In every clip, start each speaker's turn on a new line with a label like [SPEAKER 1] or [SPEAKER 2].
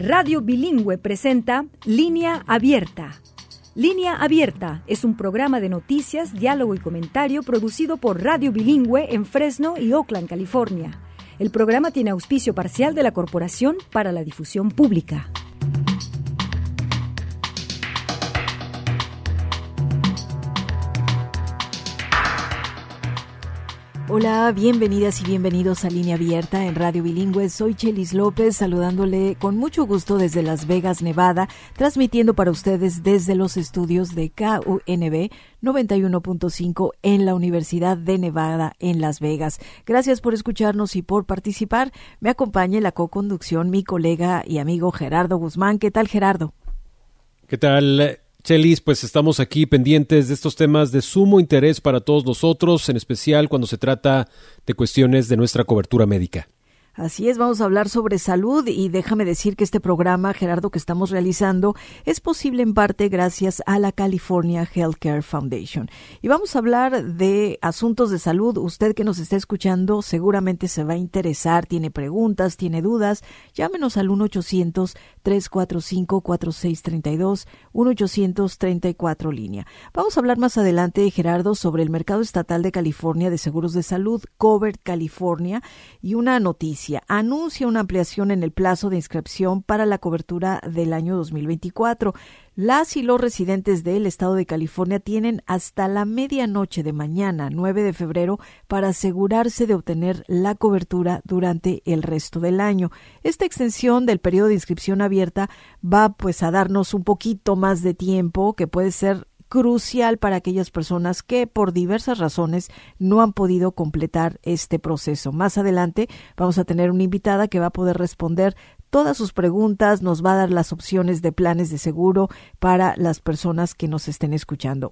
[SPEAKER 1] Radio Bilingüe presenta Línea Abierta. Línea Abierta es un programa de noticias, diálogo y comentario producido por Radio Bilingüe en Fresno y Oakland, California. El programa tiene auspicio parcial de la Corporación para la Difusión Pública.
[SPEAKER 2] Hola, bienvenidas y bienvenidos a Línea Abierta en Radio Bilingüe. Soy Chelis López, saludándole con mucho gusto desde Las Vegas, Nevada, transmitiendo para ustedes desde los estudios de KUNB 91.5 en la Universidad de Nevada en Las Vegas. Gracias por escucharnos y por participar. Me acompaña en la coconducción mi colega y amigo Gerardo Guzmán. ¿Qué tal, Gerardo?
[SPEAKER 3] ¿Qué tal, Chelis? Pues estamos aquí pendientes de estos temas de sumo interés para todos nosotros, en especial cuando se trata de cuestiones de nuestra cobertura médica.
[SPEAKER 2] Así es, vamos a hablar sobre salud y déjame decir que este programa, Gerardo, que estamos realizando es posible en parte gracias a la California Healthcare Foundation. Y vamos a hablar de asuntos de salud. Usted que nos está escuchando seguramente se va a interesar, tiene preguntas, tiene dudas. Llámenos al 1-800-345-4632, 1-800-34 línea. Vamos a hablar más adelante, Gerardo, sobre el mercado estatal de California de seguros de salud, Covered California, y una noticia. Anuncia una ampliación en el plazo de inscripción para la cobertura del año 2024. Las y los residentes del estado de California tienen hasta la medianoche de mañana, 9 de febrero, para asegurarse de obtener la cobertura durante el resto del año. Esta extensión del periodo de inscripción abierta va a darnos un poquito más de tiempo, que puede ser crucial para aquellas personas que por diversas razones no han podido completar este proceso. Más adelante vamos a tener una invitada que va a poder responder todas sus preguntas, nos va a dar las opciones de planes de seguro para las personas que nos estén escuchando.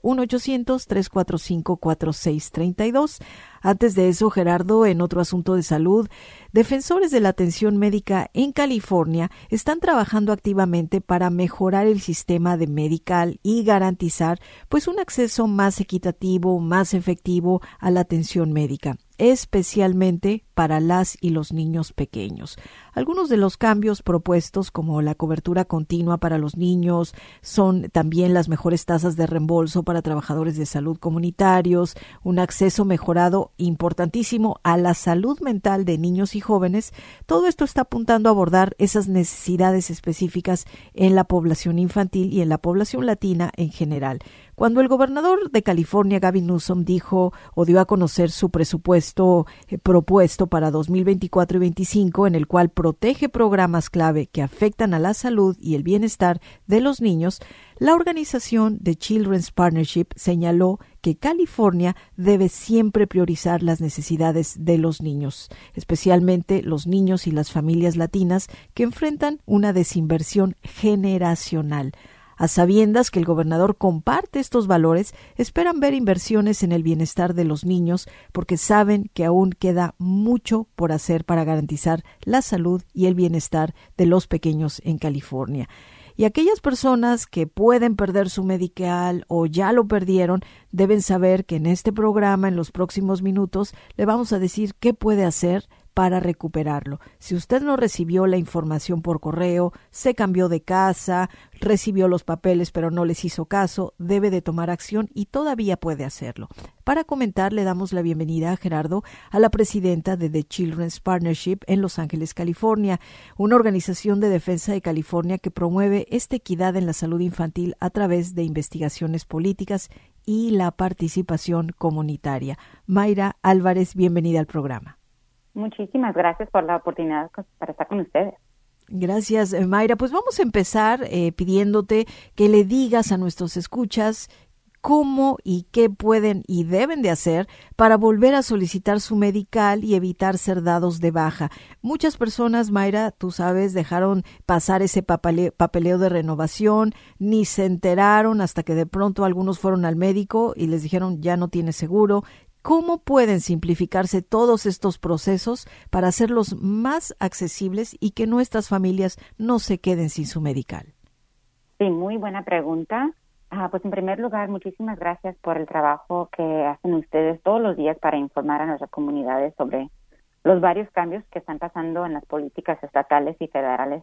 [SPEAKER 2] 1-800-345-4632. Antes de eso, Gerardo, en otro asunto de salud, defensores de la atención médica en California están trabajando activamente para mejorar el sistema de medical y garantizar un acceso más equitativo, más efectivo a la atención médica, especialmente para las y los niños pequeños. Algunos de los cambios propuestos, como la cobertura continua para los niños, son también las mejores tasas de reembolso para trabajadores de salud comunitarios, un acceso mejorado importantísimo a la salud mental de niños y jóvenes. Todo esto está apuntando a abordar esas necesidades específicas en la población infantil y en la población latina en general. Cuando el gobernador de California, Gavin Newsom, dio a conocer su presupuesto propuesto para 2024 y 2025, en el cual protege programas clave que afectan a la salud y el bienestar de los niños, la organización The Children's Partnership señaló que California debe siempre priorizar las necesidades de los niños, especialmente los niños y las familias latinas que enfrentan una desinversión generacional. A sabiendas que el gobernador comparte estos valores, esperan ver inversiones en el bienestar de los niños porque saben que aún queda mucho por hacer para garantizar la salud y el bienestar de los pequeños en California. Y aquellas personas que pueden perder su medical o ya lo perdieron, deben saber que en este programa, en los próximos minutos, le vamos a decir qué puede hacer para recuperarlo. Si usted no recibió la información por correo, se cambió de casa, recibió los papeles pero no les hizo caso, debe de tomar acción y todavía puede hacerlo. Para comentar, le damos la bienvenida a Gerardo, a la presidenta de The Children's Partnership en Los Ángeles, California, una organización de defensa de California que promueve esta equidad en la salud infantil a través de investigaciones políticas y la participación comunitaria. Mayra Álvarez, bienvenida al programa.
[SPEAKER 4] Muchísimas gracias por la oportunidad para estar con ustedes.
[SPEAKER 2] Gracias, Mayra. Pues vamos a empezar pidiéndote que le digas a nuestros escuchas cómo y qué pueden y deben de hacer para volver a solicitar su medical y evitar ser dados de baja. Muchas personas, Mayra, tú sabes, dejaron pasar ese papeleo de renovación, ni se enteraron hasta que de pronto algunos fueron al médico y les dijeron ya no tienes seguro. ¿Cómo pueden simplificarse todos estos procesos para hacerlos más accesibles y que nuestras familias no se queden sin su medical?
[SPEAKER 4] Sí, muy buena pregunta. Pues en primer lugar, muchísimas gracias por el trabajo que hacen ustedes todos los días para informar a nuestras comunidades sobre los varios cambios que están pasando en las políticas estatales y federales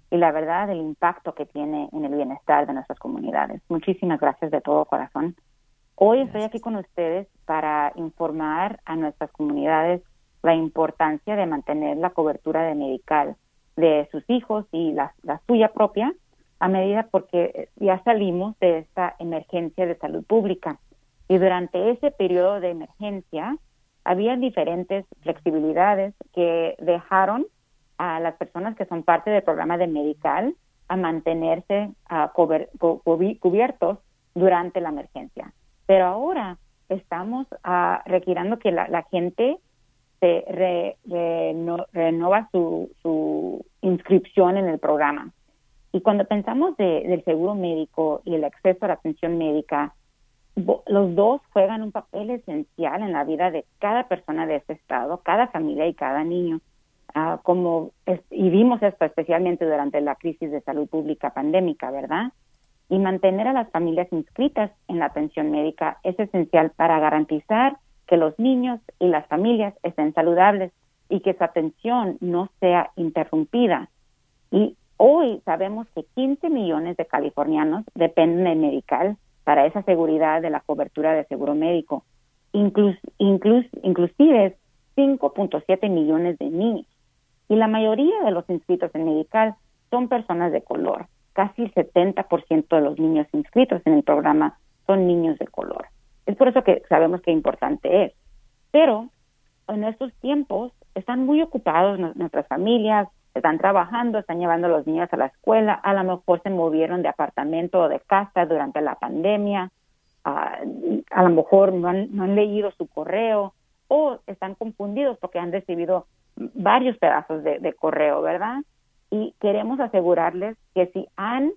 [SPEAKER 4] y la verdad el impacto que tiene en el bienestar de nuestras comunidades. Muchísimas gracias de todo corazón. Hoy estoy aquí con ustedes para informar a nuestras comunidades la importancia de mantener la cobertura de medical de sus hijos y la suya propia a medida porque ya salimos de esta emergencia de salud pública. Y durante ese periodo de emergencia había diferentes flexibilidades que dejaron a las personas que son parte del programa de medical a mantenerse cubiertos durante la emergencia. Pero ahora estamos requiriendo que la gente se renova su inscripción en el programa. Y cuando pensamos del seguro médico y el acceso a la atención médica, los dos juegan un papel esencial en la vida de cada persona de este estado, cada familia y cada niño. Y vimos esto especialmente durante la crisis de salud pública pandémica, ¿verdad? Y mantener a las familias inscritas en la atención médica es esencial para garantizar que los niños y las familias estén saludables y que su atención no sea interrumpida. Y hoy sabemos que 15 millones de californianos dependen del medical para esa seguridad de la cobertura de seguro médico, inclusive 5.7 millones de niños. Y la mayoría de los inscritos en medical son personas de color. Casi el 70% de los niños inscritos en el programa son niños de color. Es por eso que sabemos qué importante es. Pero en estos tiempos están muy ocupados nuestras familias, están trabajando, están llevando a los niños a la escuela, a lo mejor se movieron de apartamento o de casa durante la pandemia, a lo mejor no han leído su correo o están confundidos porque han recibido varios pedazos de correo, ¿verdad? Y queremos asegurarles que si han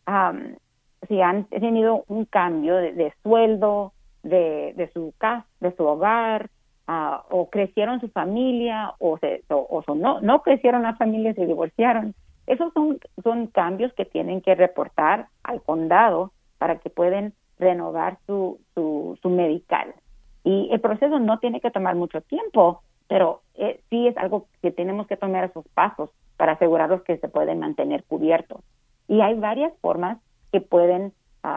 [SPEAKER 4] tenido un cambio de sueldo, de su casa, de su hogar, o crecieron su familia, o no crecieron la familia, se divorciaron. Esos son cambios que tienen que reportar al condado para que puedan renovar su medical. Y el proceso no tiene que tomar mucho tiempo, pero sí es algo que tenemos que tomar esos pasos para asegurarnos que se pueden mantener cubiertos. Y hay varias formas que pueden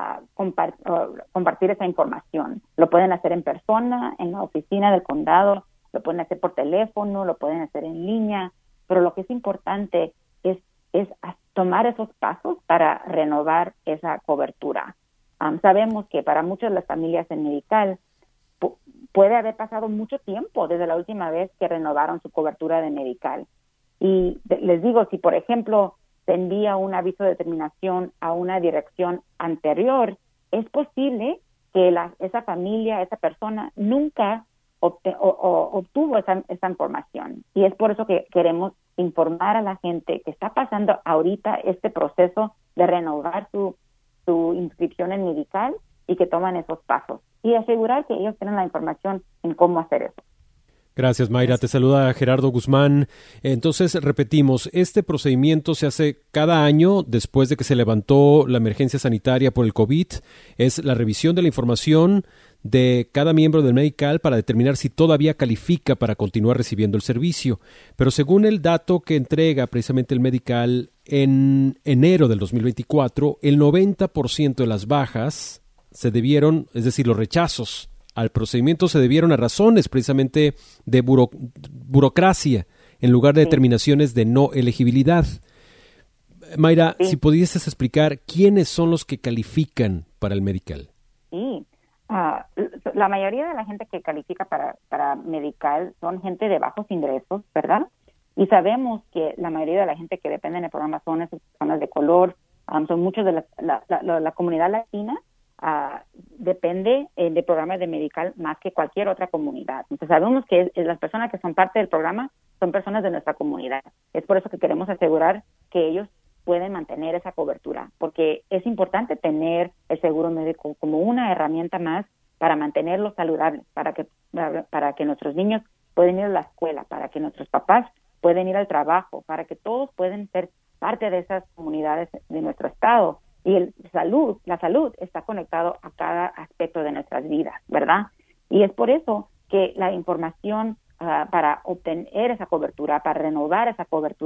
[SPEAKER 4] compartir esa información. Lo pueden hacer en persona, en la oficina del condado, lo pueden hacer por teléfono, lo pueden hacer en línea, pero lo que es importante es tomar esos pasos para renovar esa cobertura. Sabemos que para muchas de las familias en medical puede haber pasado mucho tiempo desde la última vez que renovaron su cobertura de medical. Y les digo, si por ejemplo se envía un aviso de terminación a una dirección anterior, es posible que esa familia, esa persona nunca obtuvo esa información. Y es por eso que queremos informar a la gente que está pasando ahorita este proceso de renovar su inscripción en medical y que toman esos pasos. Y asegurar que ellos tienen la información en cómo hacer eso.
[SPEAKER 3] Gracias, Mayra. Te saluda Gerardo Guzmán. Entonces, repetimos, este procedimiento se hace cada año después de que se levantó la emergencia sanitaria por el COVID. Es la revisión de la información de cada miembro del medical para determinar si todavía califica para continuar recibiendo el servicio. Pero según el dato que entrega precisamente el medical en enero del 2024, el 90% de las bajas se debieron, es decir, los rechazos al procedimiento se debieron a razones precisamente de burocracia en lugar de determinaciones de no elegibilidad. Mayra, si pudieses explicar quiénes son los que califican para el medical.
[SPEAKER 4] Sí, la mayoría de la gente que califica para medical son gente de bajos ingresos, ¿verdad? Y sabemos que la mayoría de la gente que depende del programa son esas personas de color, son muchos de la comunidad latina. Depende de programas de medical más que cualquier otra comunidad. Entonces sabemos que las personas que son parte del programa son personas de nuestra comunidad. Es por eso que queremos asegurar que ellos pueden mantener esa cobertura, porque es importante tener el seguro médico como una herramienta más para mantenerlos saludables, para que nuestros niños puedan ir a la escuela, para que nuestros papás pueden ir al trabajo, para que todos pueden ser parte de esas comunidades de nuestro estado. Y la salud está conectado a cada aspecto de nuestras vidas, ¿verdad? Y es por eso que la información para obtener esa cobertura, para renovar esa cobertura,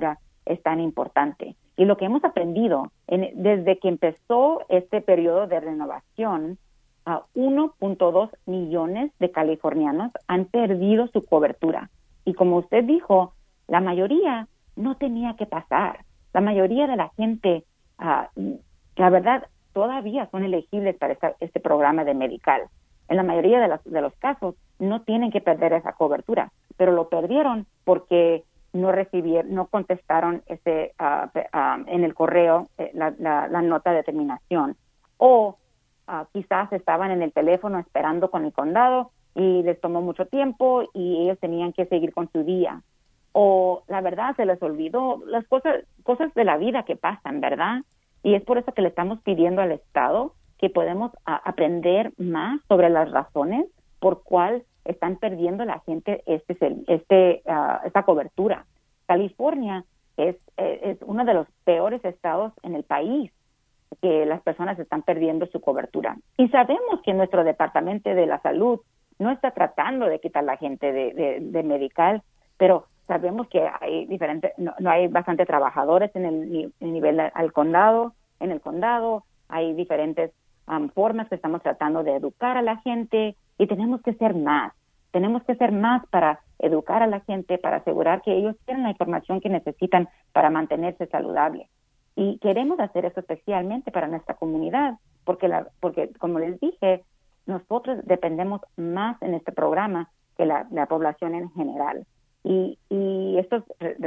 [SPEAKER 4] es tan importante. Y lo que hemos aprendido desde que empezó este periodo de renovación, 1.2 millones de californianos han perdido su cobertura. Y como usted dijo, la mayoría no tenía que pasar. La mayoría de la gente, la verdad, todavía son elegibles para este programa de Medical. En la mayoría de los casos no tienen que perder esa cobertura, pero lo perdieron porque no contestaron en el correo la nota de terminación, o quizás estaban en el teléfono esperando con el condado y les tomó mucho tiempo y ellos tenían que seguir con su día, o la verdad se les olvidó las cosas de la vida que pasan, ¿verdad? Y es por eso que le estamos pidiendo al Estado que podemos aprender más sobre las razones por cuál están perdiendo la gente esta cobertura. California es uno de los peores estados en el país que las personas están perdiendo su cobertura. Y sabemos que nuestro Departamento de la Salud no está tratando de quitar la gente de Medical, pero sabemos que hay no hay bastante trabajadores en el nivel al condado. En el condado hay diferentes formas que estamos tratando de educar a la gente, y tenemos que hacer más. Tenemos que hacer más para educar a la gente, para asegurar que ellos tienen la información que necesitan para mantenerse saludables. Y queremos hacer eso especialmente para nuestra comunidad, porque como les dije, nosotros dependemos más en este programa que la población en general. Y estos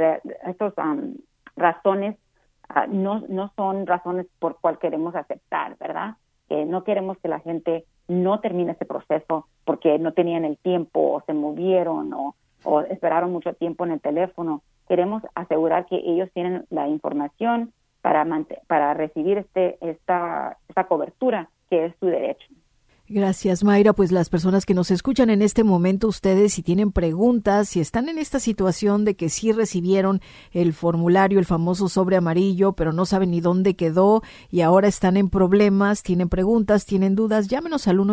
[SPEAKER 4] razones no son razones por cual queremos aceptar, ¿verdad? No queremos que la gente no termine ese proceso porque no tenían el tiempo, o se movieron, o esperaron mucho tiempo en el teléfono. Queremos asegurar que ellos tienen la información para recibir esta cobertura, que es su derecho.
[SPEAKER 2] Gracias, Mayra. Pues las personas que nos escuchan en este momento, ustedes, si tienen preguntas, si están en esta situación de que sí recibieron el formulario, el famoso sobre amarillo, pero no saben ni dónde quedó y ahora están en problemas, tienen preguntas, tienen dudas, llámenos al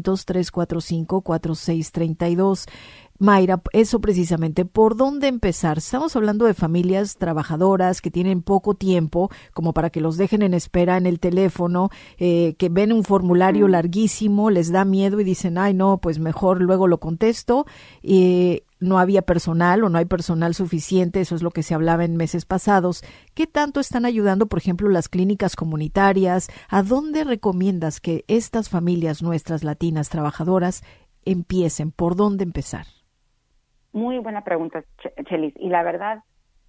[SPEAKER 2] 1-800-345-4632. Mayra, eso precisamente, ¿por dónde empezar? Estamos hablando de familias trabajadoras que tienen poco tiempo como para que los dejen en espera en el teléfono, que ven un formulario larguísimo, les da miedo y dicen, ay no, pues mejor luego lo contesto. No había personal o no hay personal suficiente, eso es lo que se hablaba en meses pasados. ¿Qué tanto están ayudando, por ejemplo, las clínicas comunitarias? ¿A dónde recomiendas que estas familias nuestras latinas trabajadoras empiecen? ¿Por dónde empezar?
[SPEAKER 4] Muy buena pregunta, Chelis. Y la verdad,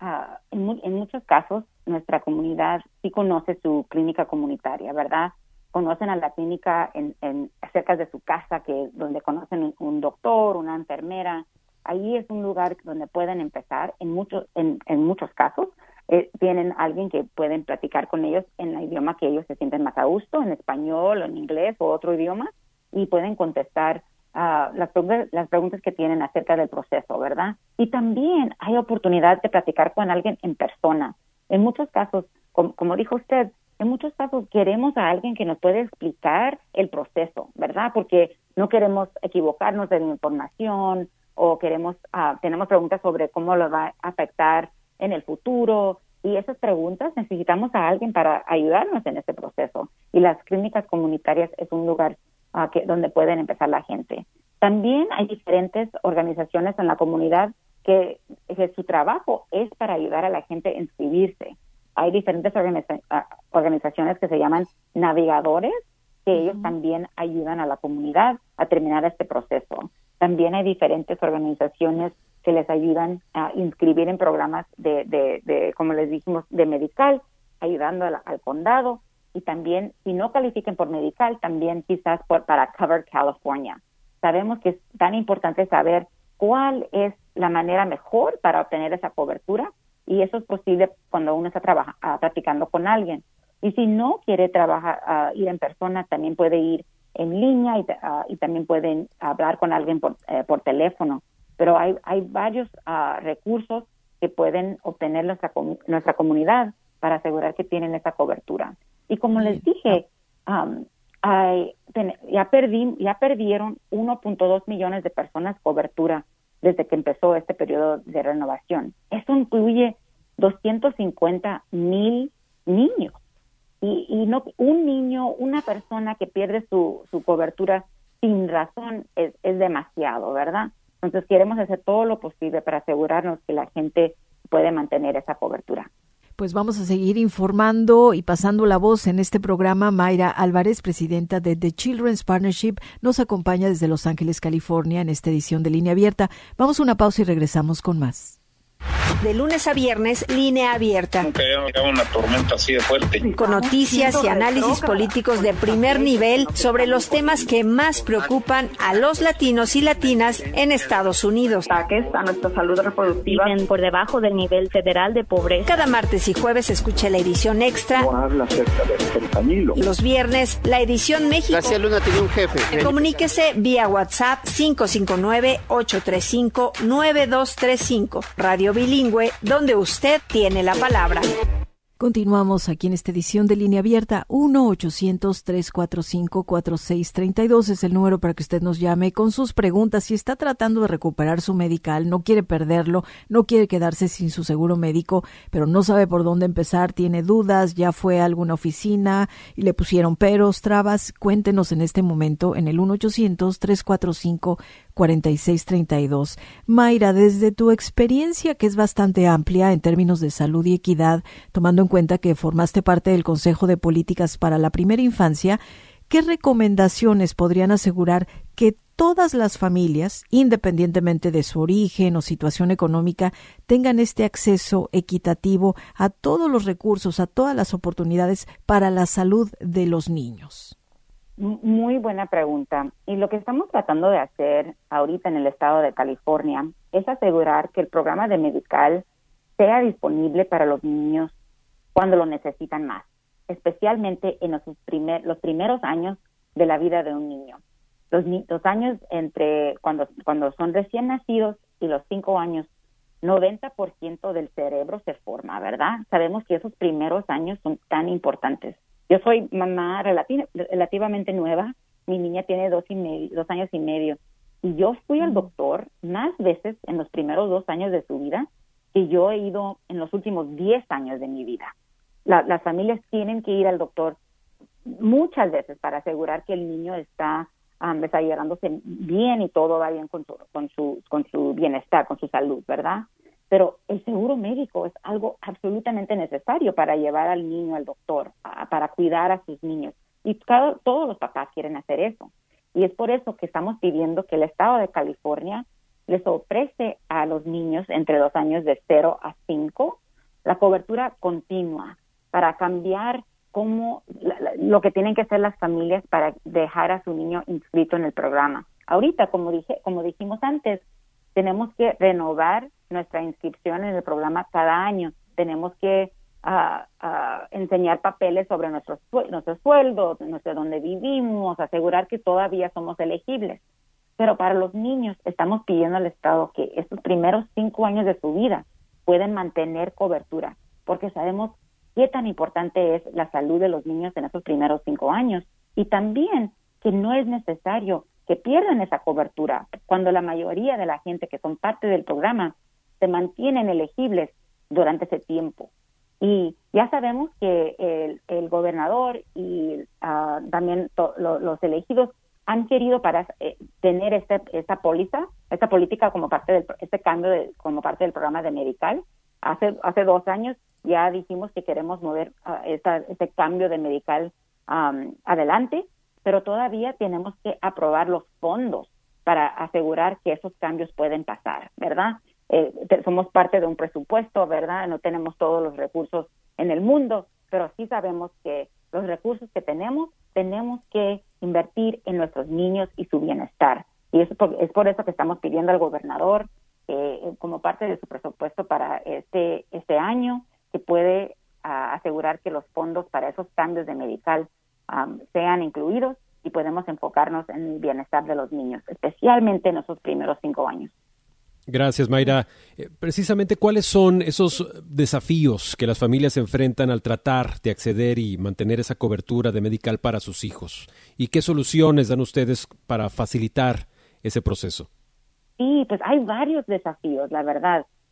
[SPEAKER 4] en muchos casos, nuestra comunidad sí conoce su clínica comunitaria, ¿verdad? Conocen a la clínica cerca de su casa, donde conocen un doctor, una enfermera. Ahí es un lugar donde pueden empezar. En muchos casos, tienen alguien que pueden platicar con ellos en el idioma que ellos se sienten más a gusto, en español o en inglés o otro idioma, y pueden contestar las preguntas que tienen acerca del proceso, ¿verdad? Y también hay oportunidad de platicar con alguien en persona. En muchos casos, como dijo usted, en muchos casos queremos a alguien que nos puede explicar el proceso, ¿verdad? Porque no queremos equivocarnos de la información, o tenemos preguntas sobre cómo lo va a afectar en el futuro, y esas preguntas necesitamos a alguien para ayudarnos en ese proceso. Y las clínicas comunitarias es un lugar donde pueden empezar la gente. También hay diferentes organizaciones en la comunidad que su trabajo es para ayudar a la gente a inscribirse. Hay diferentes organizaciones que se llaman navegadores, que ellos también ayudan a la comunidad a terminar este proceso. También hay diferentes organizaciones que les ayudan a inscribir en programas de como les dijimos, de Medical, ayudando al condado. Y también, si no califiquen por Medical, también quizás para Covered California. Sabemos que es tan importante saber cuál es la manera mejor para obtener esa cobertura, y eso es posible cuando uno está practicando con alguien. Y si no quiere ir en persona, también puede ir en línea y también pueden hablar con alguien por teléfono. Pero hay varios recursos que pueden obtener nuestra comunidad para asegurar que tienen esa cobertura. Y como les dije, ya perdieron 1.2 millones de personas cobertura desde que empezó este periodo de renovación. Eso incluye 250,000 niños. Y no un niño, una persona que pierde su cobertura sin razón es demasiado, ¿verdad? Entonces queremos hacer todo lo posible para asegurarnos que la gente puede mantener esa cobertura.
[SPEAKER 2] Pues vamos a seguir informando y pasando la voz en este programa. Mayra Álvarez, presidenta de The Children's Partnership, nos acompaña desde Los Ángeles, California, en esta edición de Línea Abierta. Vamos a una pausa y regresamos con más.
[SPEAKER 1] De lunes a viernes, Línea Abierta.
[SPEAKER 5] Nunca había llegado una tormenta así de fuerte.
[SPEAKER 1] Con noticias y análisis políticos de primer nivel sobre los temas que más preocupan a los latinos y latinas en Estados Unidos.
[SPEAKER 6] Ataques a nuestra salud reproductiva viven por debajo del nivel federal de pobreza.
[SPEAKER 1] Cada martes y jueves escuche la edición extra.
[SPEAKER 7] No habla acerca del fentanilo.
[SPEAKER 1] Los viernes, la edición México.
[SPEAKER 8] García Luna tenía un jefe.
[SPEAKER 1] Comuníquese vía WhatsApp 559-835-9235. Radio Bilingüe, donde usted tiene la palabra.
[SPEAKER 2] Continuamos aquí en esta edición de Línea Abierta. 1-800-345-4632 es el número para que usted nos llame con sus preguntas. Si está tratando de recuperar su medical, no quiere perderlo, no quiere quedarse sin su seguro médico, pero no sabe por dónde empezar, tiene dudas, ya fue a alguna oficina y le pusieron peros, trabas, cuéntenos en este momento en el 1-800-345-4632. Mayra, desde tu experiencia, que es bastante amplia en términos de salud y equidad, tomando en cuenta que formaste parte del Consejo de Políticas para la Primera Infancia, ¿qué recomendaciones podrían asegurar que todas las familias, independientemente de su origen o situación económica, tengan este acceso equitativo a todos los recursos, a todas las oportunidades para la salud de los niños?
[SPEAKER 4] Muy buena pregunta. Y lo que estamos tratando de hacer ahorita en el estado de California es asegurar que el programa de Medical sea disponible para los niños cuando lo necesitan más, especialmente en los primeros años de la vida de un niño. Los años entre cuando son recién nacidos y los 5 años, 90% del cerebro se forma, ¿verdad? Sabemos que esos primeros años son tan importantes. Yo soy mamá relativamente nueva, mi niña tiene 2 años y medio, y yo fui al doctor más veces en los primeros 2 años de su vida que yo he ido en los últimos 10 años de mi vida. Las familias tienen que ir al doctor muchas veces para asegurar que el niño está desarrollándose bien y todo va bien con su bienestar, con su salud, ¿verdad? Pero el seguro médico es algo absolutamente necesario para llevar al niño al doctor, para cuidar a sus niños. Y todos los papás quieren hacer eso. Y es por eso que estamos pidiendo que el estado de California les ofrece a los niños entre 2 años de 0 a 5 la cobertura continua para cambiar lo que tienen que hacer las familias para dejar a su niño inscrito en el programa. Ahorita, como dijimos antes, tenemos que renovar nuestra inscripción en el programa cada año. Tenemos que enseñar papeles sobre nuestro sueldo, dónde vivimos, asegurar que todavía somos elegibles. Pero para los niños estamos pidiendo al Estado que estos primeros 5 años de su vida pueden mantener cobertura, porque sabemos qué tan importante es la salud de los niños en esos primeros 5 años, y también que no es necesario que pierdan esa cobertura cuando la mayoría de la gente que son parte del programa se mantienen elegibles durante ese tiempo. Y ya sabemos que el gobernador y también los elegidos han querido para tener esta política como parte del como parte del programa de Medical. Hace 2 años ya dijimos que queremos mover este cambio de Medical adelante, pero todavía tenemos que aprobar los fondos para asegurar que esos cambios pueden pasar, ¿verdad? Somos parte de un presupuesto, ¿verdad? No tenemos todos los recursos en el mundo, pero sí sabemos que los recursos que tenemos que invertir en nuestros niños y su bienestar. Y es por eso que estamos pidiendo al gobernador, como parte de su presupuesto para este año, que puede asegurar que los fondos para esos cambios de Medical sean incluidos y podemos enfocarnos en el bienestar de los niños, especialmente en esos primeros 5 años.
[SPEAKER 3] Gracias, Mayra. Precisamente, ¿cuáles son esos desafíos que las familias enfrentan al tratar de acceder y mantener esa cobertura de Medical para sus hijos? ¿Y qué soluciones dan ustedes para facilitar ese proceso?
[SPEAKER 4] Sí, pues hay varios desafíos, la verdad.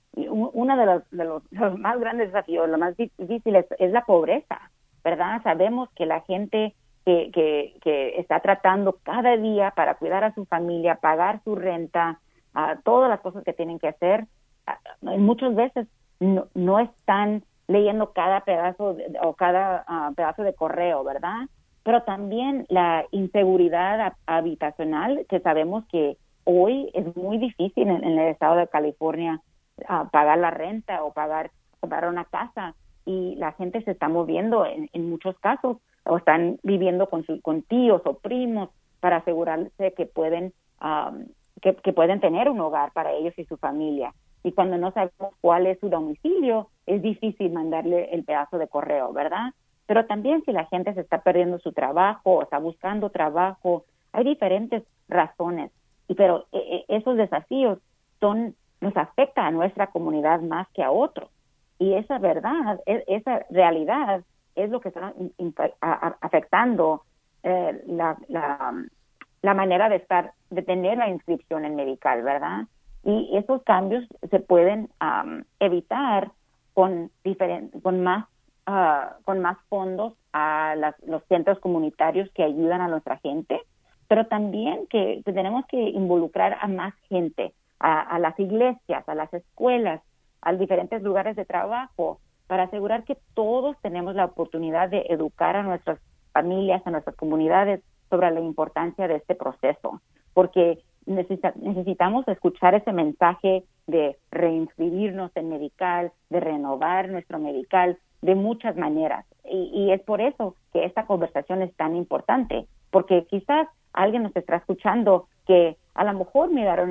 [SPEAKER 4] uno los más grandes desafíos, lo más difícil es la pobreza, ¿verdad? Sabemos que la gente que está tratando cada día para cuidar a su familia, pagar su renta, todas las cosas que tienen que hacer, muchas veces no están leyendo cada pedazo pedazo de correo, ¿verdad? Pero también la inseguridad habitacional, que sabemos que hoy es muy difícil en el estado de California pagar la renta o comprar una casa, y la gente se está moviendo en muchos casos, o están viviendo con tíos o primos para asegurarse que pueden tener un hogar para ellos y su familia. Y cuando no sabemos cuál es su domicilio, es difícil mandarle el pedazo de correo, ¿verdad? Pero también si la gente se está perdiendo su trabajo o está buscando trabajo, hay diferentes razones. Pero esos desafíos nos afectan a nuestra comunidad más que a otros. Y esa verdad, esa realidad es lo que está afectando la manera de tener la inscripción en Medical, ¿verdad? Y esos cambios se pueden evitar con más fondos a los centros comunitarios que ayudan a nuestra gente, pero también que tenemos que involucrar a más gente, a las iglesias, a las escuelas, a diferentes lugares de trabajo, para asegurar que todos tenemos la oportunidad de educar a nuestras familias, a nuestras comunidades sobre la importancia de este proceso, porque necesitamos escuchar ese mensaje de reinscribirnos en Medical, de renovar nuestro Medical de muchas maneras. Y es por eso que esta conversación es tan importante, porque quizás alguien nos está escuchando que a lo mejor miraron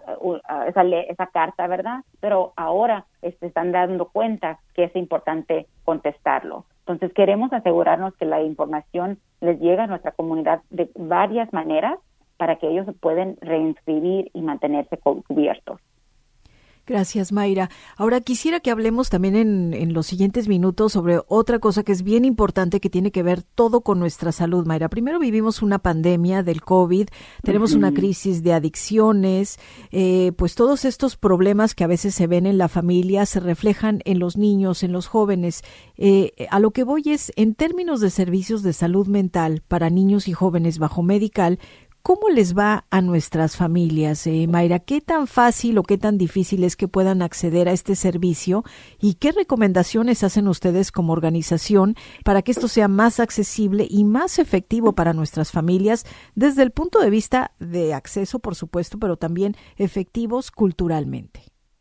[SPEAKER 4] esa carta, ¿verdad? Pero ahora se están dando cuenta que es importante contestarlo. Entonces queremos asegurarnos que la información les llega a nuestra comunidad de varias maneras para que ellos se puedan reinscribir y mantenerse cubiertos.
[SPEAKER 2] Gracias, Mayra. Ahora quisiera que hablemos también en los siguientes minutos sobre otra cosa que es bien importante, que tiene que ver todo con nuestra salud, Mayra. Primero vivimos una pandemia del COVID, tenemos una crisis de adicciones, pues todos estos problemas que a veces se ven en la familia se reflejan en los niños, en los jóvenes. A lo que voy es, en términos de servicios de salud mental para niños y jóvenes bajo Medical, ¿cómo les va a nuestras familias, Mayra? ¿Qué tan fácil o qué tan difícil es que puedan acceder a este servicio? ¿Y qué recomendaciones hacen ustedes como organización para que esto sea más accesible y más efectivo para nuestras familias desde el punto de vista de acceso, por supuesto, pero también efectivos culturalmente?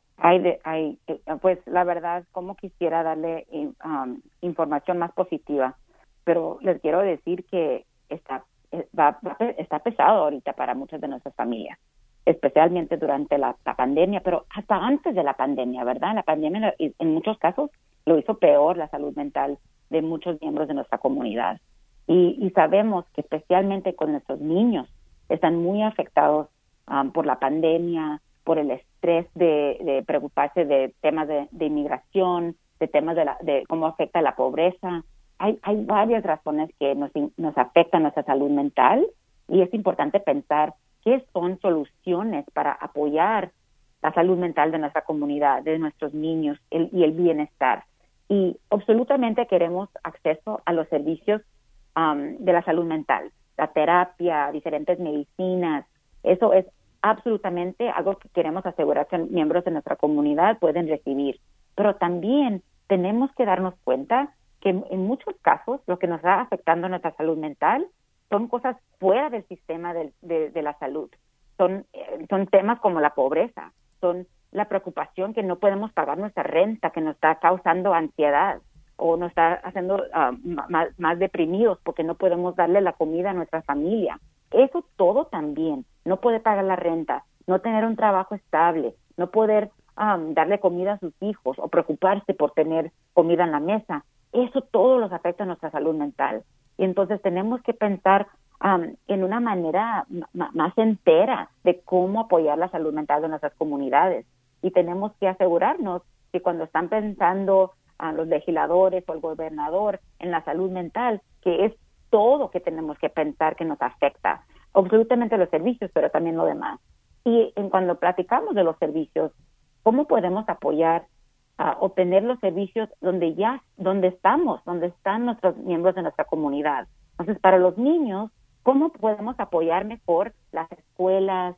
[SPEAKER 4] Pues la verdad, como quisiera darle información más positiva, pero les quiero decir que está pesado ahorita para muchas de nuestras familias, especialmente durante la pandemia, pero hasta antes de la pandemia, ¿verdad? La pandemia en muchos casos lo hizo peor la salud mental de muchos miembros de nuestra comunidad. Y sabemos que especialmente con nuestros niños están muy afectados por la pandemia, por el estrés de preocuparse de temas de inmigración, de temas de cómo afecta la pobreza. Hay varias razones que nos afectan nuestra salud mental, y es importante pensar qué son soluciones para apoyar la salud mental de nuestra comunidad, de nuestros niños y el bienestar. Y absolutamente queremos acceso a los servicios de la salud mental, la terapia, diferentes medicinas. Eso es absolutamente algo que queremos asegurar que miembros de nuestra comunidad pueden recibir. Pero también tenemos que darnos cuenta que en muchos casos lo que nos está afectando nuestra salud mental son cosas fuera del sistema de la salud. Son temas como la pobreza, son la preocupación que no podemos pagar nuestra renta, que nos está causando ansiedad o nos está haciendo más deprimidos porque no podemos darle la comida a nuestra familia. Eso todo también, no poder pagar la renta, no tener un trabajo estable, no poder darle comida a sus hijos o preocuparse por tener comida en la mesa. Eso todo los afecta a nuestra salud mental. Y entonces tenemos que pensar en una manera más entera de cómo apoyar la salud mental de nuestras comunidades. Y tenemos que asegurarnos que cuando están pensando los legisladores o el gobernador en la salud mental, que es todo que tenemos que pensar que nos afecta. Absolutamente los servicios, pero también lo demás. Y cuando platicamos de los servicios, ¿cómo podemos apoyar a obtener los servicios donde están nuestros miembros de nuestra comunidad? Entonces, para los niños, ¿cómo podemos apoyar mejor las escuelas,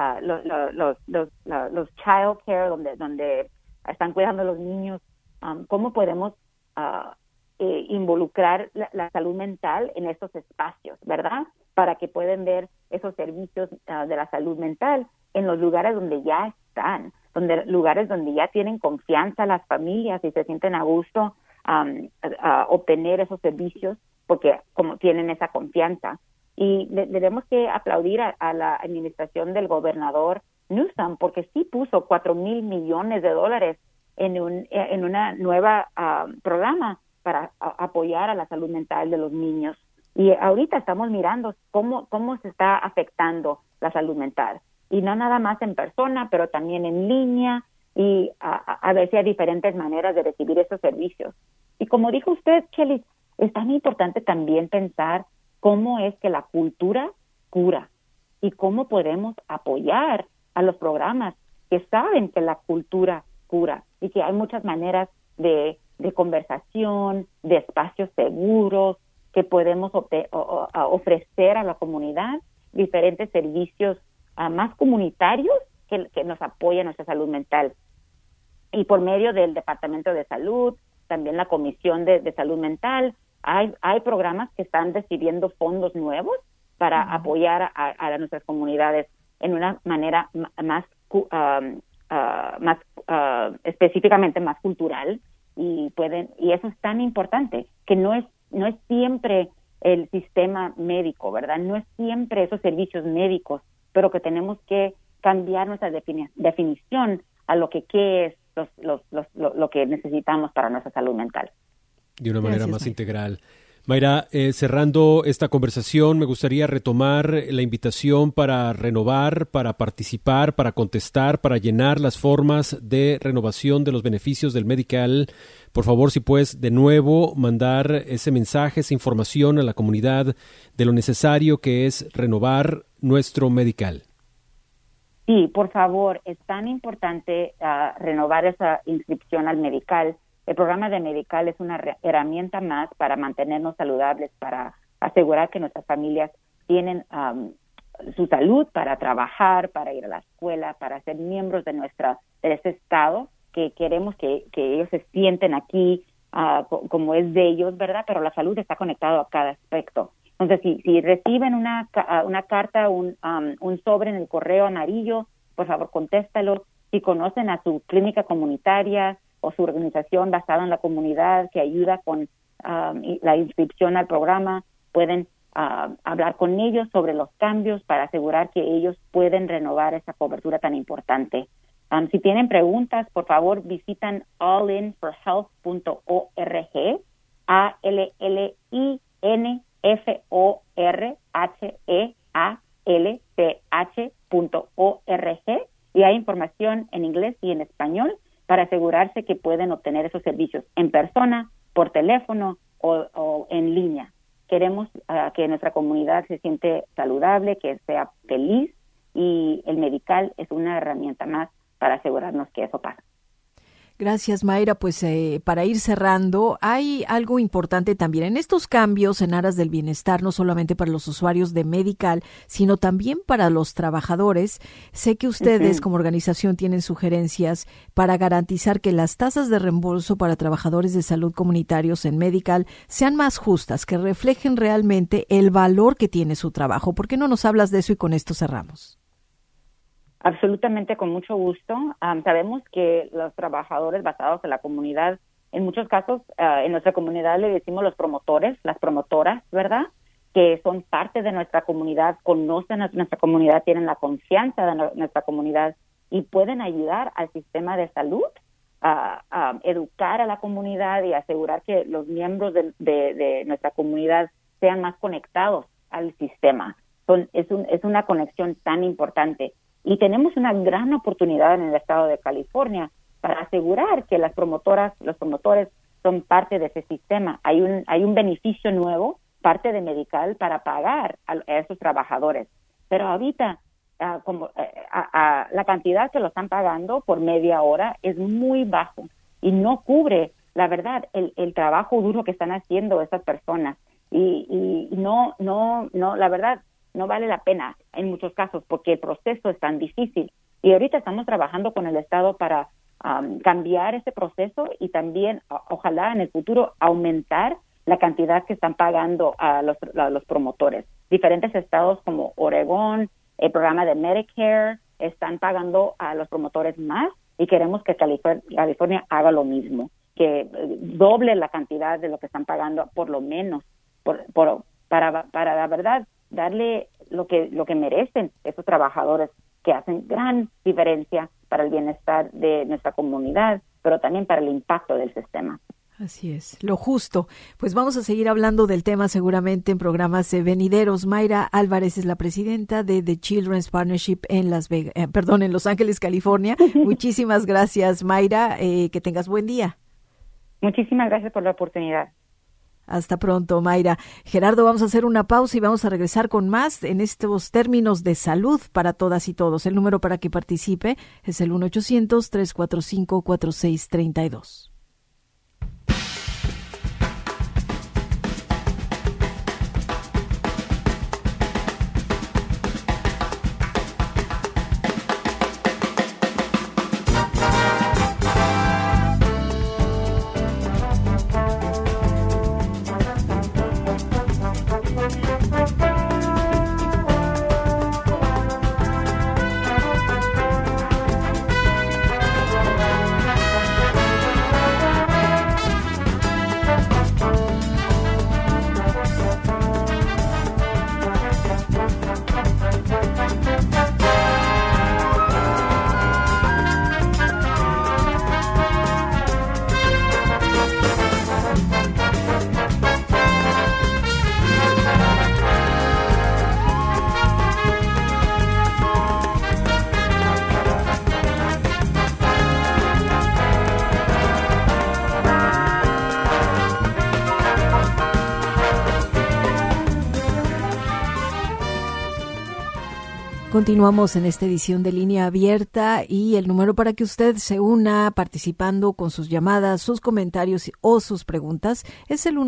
[SPEAKER 4] los child care, donde están cuidando a los niños? ¿Cómo podemos involucrar la salud mental en estos espacios, verdad? Para que puedan ver esos servicios de la salud mental en los lugares donde ya están, lugares donde ya tienen confianza las familias y se sienten a gusto a obtener esos servicios porque como tienen esa confianza. Y debemos que aplaudir a la administración del gobernador Newsom porque sí puso $4,000 millones en una nueva programa para apoyar a la salud mental de los niños. Y ahorita estamos mirando cómo se está afectando la salud mental. Y no nada más en persona, pero también en línea y a ver si hay diferentes maneras de recibir esos servicios. Y como dijo usted, Kelly, es tan importante también pensar cómo es que la cultura cura y cómo podemos apoyar a los programas que saben que la cultura cura y que hay muchas maneras de conversación, de espacios seguros que podemos ofrecer a la comunidad, diferentes servicios más comunitarios que nos apoyan nuestra salud mental. Y por medio del Departamento de Salud, también la Comisión de Salud Mental, hay programas que están recibiendo fondos nuevos para apoyar a nuestras comunidades en una manera más específicamente más cultural y eso es tan importante que no es siempre el sistema médico, ¿verdad? No es siempre esos servicios médicos, pero que tenemos que cambiar nuestra definición a lo que es lo que necesitamos para nuestra salud mental.
[SPEAKER 3] De una manera más integral. Mayra, cerrando esta conversación, me gustaría retomar la invitación para renovar, para participar, para contestar, para llenar las formas de renovación de los beneficios del Medical. Por favor, si puedes de nuevo mandar ese mensaje, esa información a la comunidad de lo necesario que es renovar nuestro Medical.
[SPEAKER 4] Sí, por favor, es tan importante renovar esa inscripción al Medical. El programa de Medical es una herramienta más para mantenernos saludables, para asegurar que nuestras familias tienen su salud para trabajar, para ir a la escuela, para ser miembros de ese estado que queremos que ellos se sienten aquí como es de ellos, ¿verdad? Pero la salud está conectada a cada aspecto. Entonces, si reciben una carta, un sobre en el correo amarillo, por favor, contéstalo. Si conocen a su clínica comunitaria o su organización basada en la comunidad que ayuda con la inscripción al programa, pueden hablar con ellos sobre los cambios para asegurar que ellos pueden renovar esa cobertura tan importante. Si tienen preguntas, por favor, visitan allinforhealth.org, allinforhealth.org, y hay información en inglés y en español para asegurarse que pueden obtener esos servicios en persona, por teléfono o en línea. Queremos que nuestra comunidad se siente saludable, que sea feliz, y el Medical es una herramienta más para asegurarnos que eso pasa.
[SPEAKER 2] Gracias, Mayra. Pues para ir cerrando, hay algo importante también en estos cambios en aras del bienestar, no solamente para los usuarios de Medical, sino también para los trabajadores. Sé que ustedes como organización tienen sugerencias para garantizar que las tasas de reembolso para trabajadores de salud comunitarios en Medical sean más justas, que reflejen realmente el valor que tiene su trabajo. ¿Por qué no nos hablas de eso y con esto cerramos?
[SPEAKER 4] Absolutamente, con mucho gusto. Sabemos que los trabajadores basados en la comunidad, en muchos casos, en nuestra comunidad le decimos los promotores, las promotoras, ¿verdad? Que son parte de nuestra comunidad, conocen a nuestra comunidad, tienen la confianza de nuestra comunidad y pueden ayudar al sistema de salud a educar a la comunidad y asegurar que los miembros de nuestra comunidad sean más conectados al sistema. Es una conexión tan importante. Y tenemos una gran oportunidad en el estado de California para asegurar que los promotores son parte de ese sistema. Hay un beneficio nuevo, parte de Medical, para pagar a esos trabajadores. Pero ahorita la cantidad que lo están pagando por media hora es muy bajo y no cubre, la verdad, el trabajo duro que están haciendo estas personas. Y no, la verdad, no vale la pena en muchos casos porque el proceso es tan difícil. Y ahorita estamos trabajando con el Estado para cambiar ese proceso y también, ojalá en el futuro, aumentar la cantidad que están pagando a los promotores. Diferentes estados como Oregón, el programa de Medicare, están pagando a los promotores más y queremos que California haga lo mismo, que doble la cantidad de lo que están pagando, por lo menos, para la verdad, darle lo que merecen esos trabajadores que hacen gran diferencia para el bienestar de nuestra comunidad, pero también para el impacto del sistema.
[SPEAKER 2] Así es, lo justo. Pues vamos a seguir hablando del tema seguramente en programas venideros. Mayra Álvarez es la presidenta de The Children's Partnership en en Los Ángeles, California. Muchísimas gracias, Mayra. Que tengas buen día.
[SPEAKER 4] Muchísimas gracias por la oportunidad.
[SPEAKER 2] Hasta pronto, Mayra. Gerardo, vamos a hacer una pausa y vamos a regresar con más en estos términos de salud para todas y todos. El número para que participe es el 1-800-345-4632. Continuamos en esta edición de Línea Abierta y el número para que usted se una participando con sus llamadas, sus comentarios o sus preguntas es el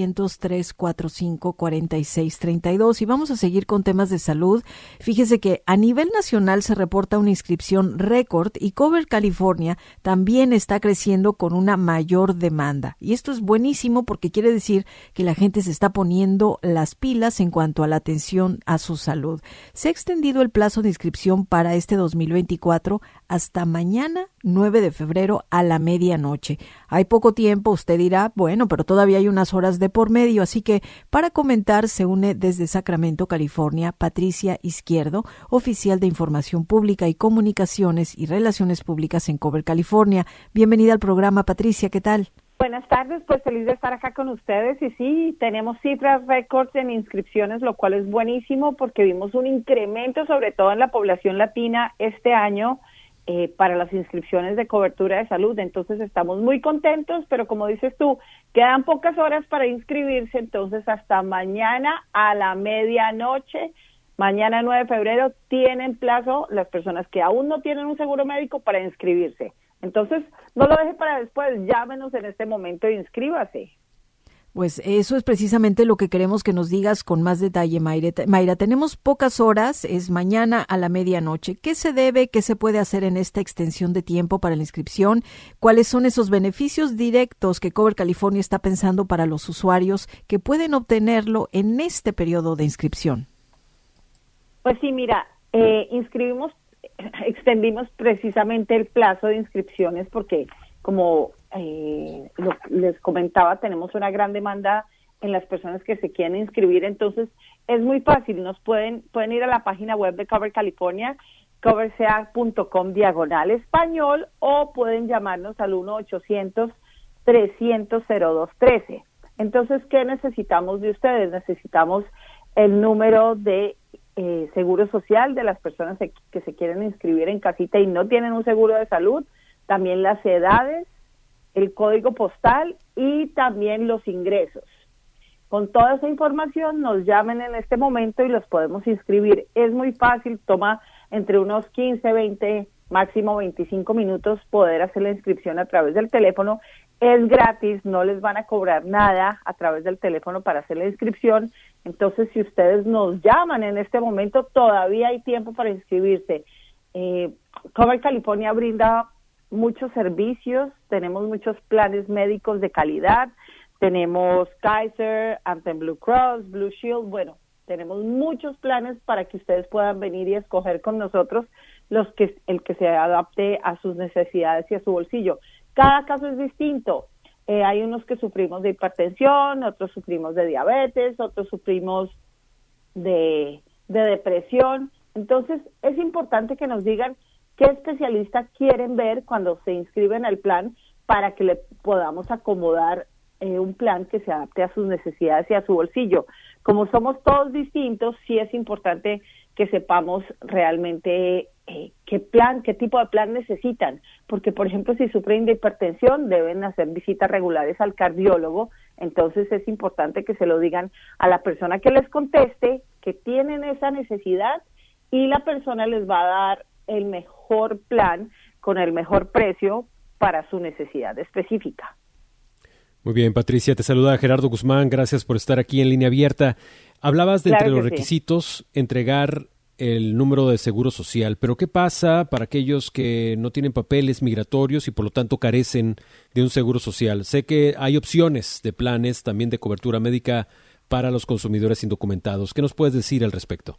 [SPEAKER 2] 1-800-345-4632 y vamos a seguir con temas de salud. Fíjese que a nivel nacional se reporta una inscripción récord y Cover California también está creciendo con una mayor demanda. Y esto es buenísimo porque quiere decir que la gente se está poniendo las pilas en cuanto a la atención a su salud. Se ha extendido el plazo de inscripción para este 2024 hasta mañana 9 de febrero a la medianoche. Hay poco tiempo, usted dirá, bueno, pero todavía hay unas horas de por medio, así que para comentar se une desde Sacramento, California, Patricia Izquierdo, oficial de Información Pública y Comunicaciones y Relaciones Públicas en Cover California. Bienvenida al programa, Patricia, ¿qué tal?
[SPEAKER 8] Buenas tardes, pues feliz de estar acá con ustedes y sí, tenemos cifras récords en inscripciones, lo cual es buenísimo porque vimos un incremento sobre todo en la población latina este año para las inscripciones de cobertura de salud, entonces estamos muy contentos, pero como dices tú, quedan pocas horas para inscribirse, entonces hasta mañana a la medianoche, mañana 9 de febrero, tienen plazo las personas que aún no tienen un seguro médico para inscribirse. Entonces, no lo deje para después, llámenos en este momento e inscríbase.
[SPEAKER 2] Pues eso es precisamente lo que queremos que nos digas con más detalle, Mayra. Tenemos pocas horas, es mañana a la medianoche. ¿Qué se debe, qué se puede hacer en esta extensión de tiempo para la inscripción? ¿Cuáles son esos beneficios directos que Cover California está pensando para los usuarios que pueden obtenerlo en este periodo de inscripción?
[SPEAKER 8] Pues sí, mira, extendimos precisamente el plazo de inscripciones porque, como les comentaba, tenemos una gran demanda en las personas que se quieren inscribir, entonces es muy fácil, nos pueden ir a la página web de Cover California, coverca.com/español, o pueden llamarnos al 1-800-300-0213. Entonces, ¿qué necesitamos de ustedes? Necesitamos el número de seguro social de las personas que se quieren inscribir en casita y no tienen un seguro de salud, también las edades, el código postal y también los ingresos. Con toda esa información nos llamen en este momento y los podemos inscribir. Es muy fácil, toma entre unos 15, 20, máximo 25 minutos poder hacer la inscripción a través del teléfono. Es gratis, no les van a cobrar nada a través del teléfono para hacer la inscripción. Entonces, si ustedes nos llaman en este momento, todavía hay tiempo para inscribirse. Cover California brinda muchos servicios, tenemos muchos planes médicos de calidad, tenemos Kaiser, Anthem Blue Cross, Blue Shield, bueno, tenemos muchos planes para que ustedes puedan venir y escoger con nosotros el que se adapte a sus necesidades y a su bolsillo. Cada caso es distinto. Hay unos que sufrimos de hipertensión, otros sufrimos de diabetes, otros sufrimos de depresión. Entonces, es importante que nos digan qué especialista quieren ver cuando se inscriben al plan para que le podamos acomodar un plan que se adapte a sus necesidades y a su bolsillo. Como somos todos distintos, sí es importante que sepamos realmente qué tipo de plan necesitan, porque por ejemplo si sufren de hipertensión deben hacer visitas regulares al cardiólogo, entonces es importante que se lo digan a la persona que les conteste que tienen esa necesidad y la persona les va a dar el mejor plan con el mejor precio para su necesidad específica.
[SPEAKER 3] Muy bien, Patricia, te saluda Gerardo Guzmán, gracias por estar aquí en Línea Abierta. Hablabas de entre los requisitos, entregar el número de seguro social, pero ¿qué pasa para aquellos que no tienen papeles migratorios y por lo tanto carecen de un seguro social? Sé que hay opciones de planes también de cobertura médica para los consumidores indocumentados. ¿Qué nos puedes decir al respecto?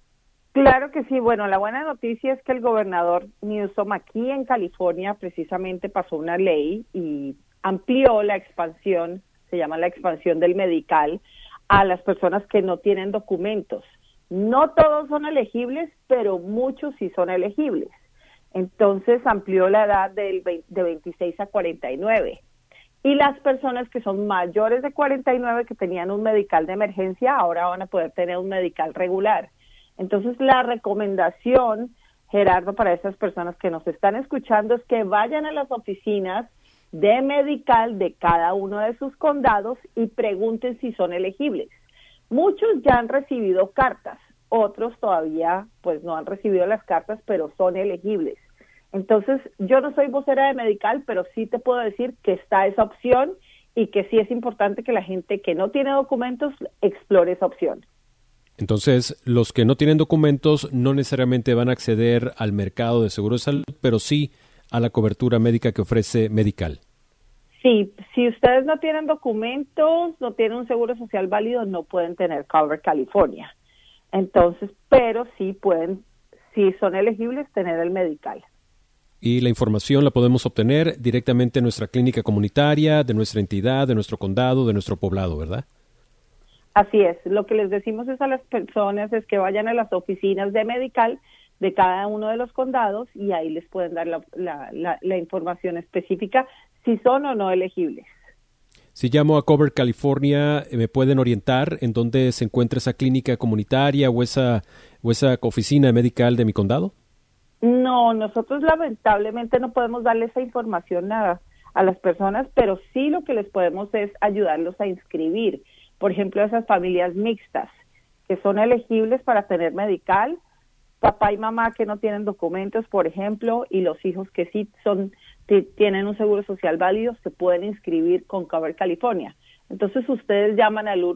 [SPEAKER 8] Claro que sí. Bueno, la buena noticia es que el gobernador Newsom aquí en California precisamente pasó una ley y amplió la expansión, se llama la expansión del medical, a las personas que no tienen documentos. No todos son elegibles, pero muchos sí son elegibles. Entonces amplió la edad de 26 a 49. Y las personas que son mayores de 49 que tenían un medical de emergencia, ahora van a poder tener un medical regular. Entonces la recomendación, Gerardo, para esas personas que nos están escuchando es que vayan a las oficinas de medical de cada uno de sus condados y pregunten si son elegibles. Muchos ya han recibido cartas, otros todavía pues no han recibido las cartas, pero son elegibles. Entonces, yo no soy vocera de medical, pero sí te puedo decir que está esa opción y que sí es importante que la gente que no tiene documentos explore esa opción.
[SPEAKER 3] Entonces, los que no tienen documentos no necesariamente van a acceder al mercado de seguro de salud, pero sí a la cobertura médica que ofrece Medical.
[SPEAKER 8] Sí, si ustedes no tienen documentos, no tienen un seguro social válido, no pueden tener Cover California. Entonces, pero sí pueden, si son elegibles, tener el Medical.
[SPEAKER 3] Y la información la podemos obtener directamente en nuestra clínica comunitaria, de nuestra entidad, de nuestro condado, de nuestro poblado, ¿verdad?
[SPEAKER 8] Así es. Lo que les decimos es a las personas es que vayan a las oficinas de Medical de cada uno de los condados y ahí les pueden dar la información específica si son o no elegibles.
[SPEAKER 3] Si llamo a Cover California, ¿me pueden orientar en dónde se encuentra esa clínica comunitaria o esa oficina medical de mi condado?
[SPEAKER 8] No, nosotros lamentablemente no podemos darle esa información a las personas, pero sí lo que les podemos es ayudarlos a inscribir. Por ejemplo, esas familias mixtas que son elegibles para tener medical, papá y mamá que no tienen documentos, por ejemplo, y los hijos que sí tienen un seguro social válido, se pueden inscribir con Cover California. Entonces ustedes llaman al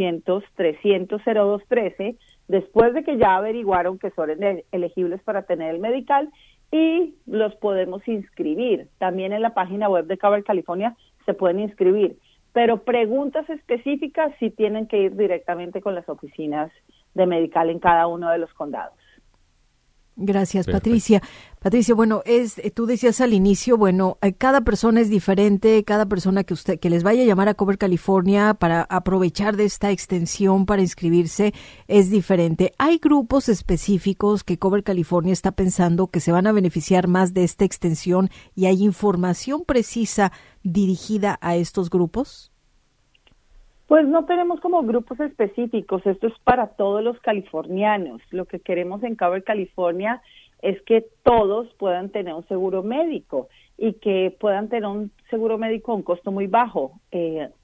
[SPEAKER 8] 1-800-300-0213 después de que ya averiguaron que son elegibles para tener el medical y los podemos inscribir. También en la página web de Cover California se pueden inscribir. Pero preguntas específicas sí tienen que ir directamente con las oficinas de medical en cada uno de los condados.
[SPEAKER 2] Gracias,
[SPEAKER 3] Perfecto.
[SPEAKER 2] Patricia. Patricia, bueno, tú decías al inicio, bueno, cada persona es diferente, cada persona que les vaya a llamar a Cover California para aprovechar de esta extensión para inscribirse es diferente. ¿Hay grupos específicos que Cover California está pensando que se van a beneficiar más de esta extensión y hay información precisa dirigida a estos grupos?
[SPEAKER 8] Pues no tenemos como grupos específicos, esto es para todos los californianos. Lo que queremos en Cover California es que todos puedan tener un seguro médico y que puedan tener un seguro médico a un costo muy bajo.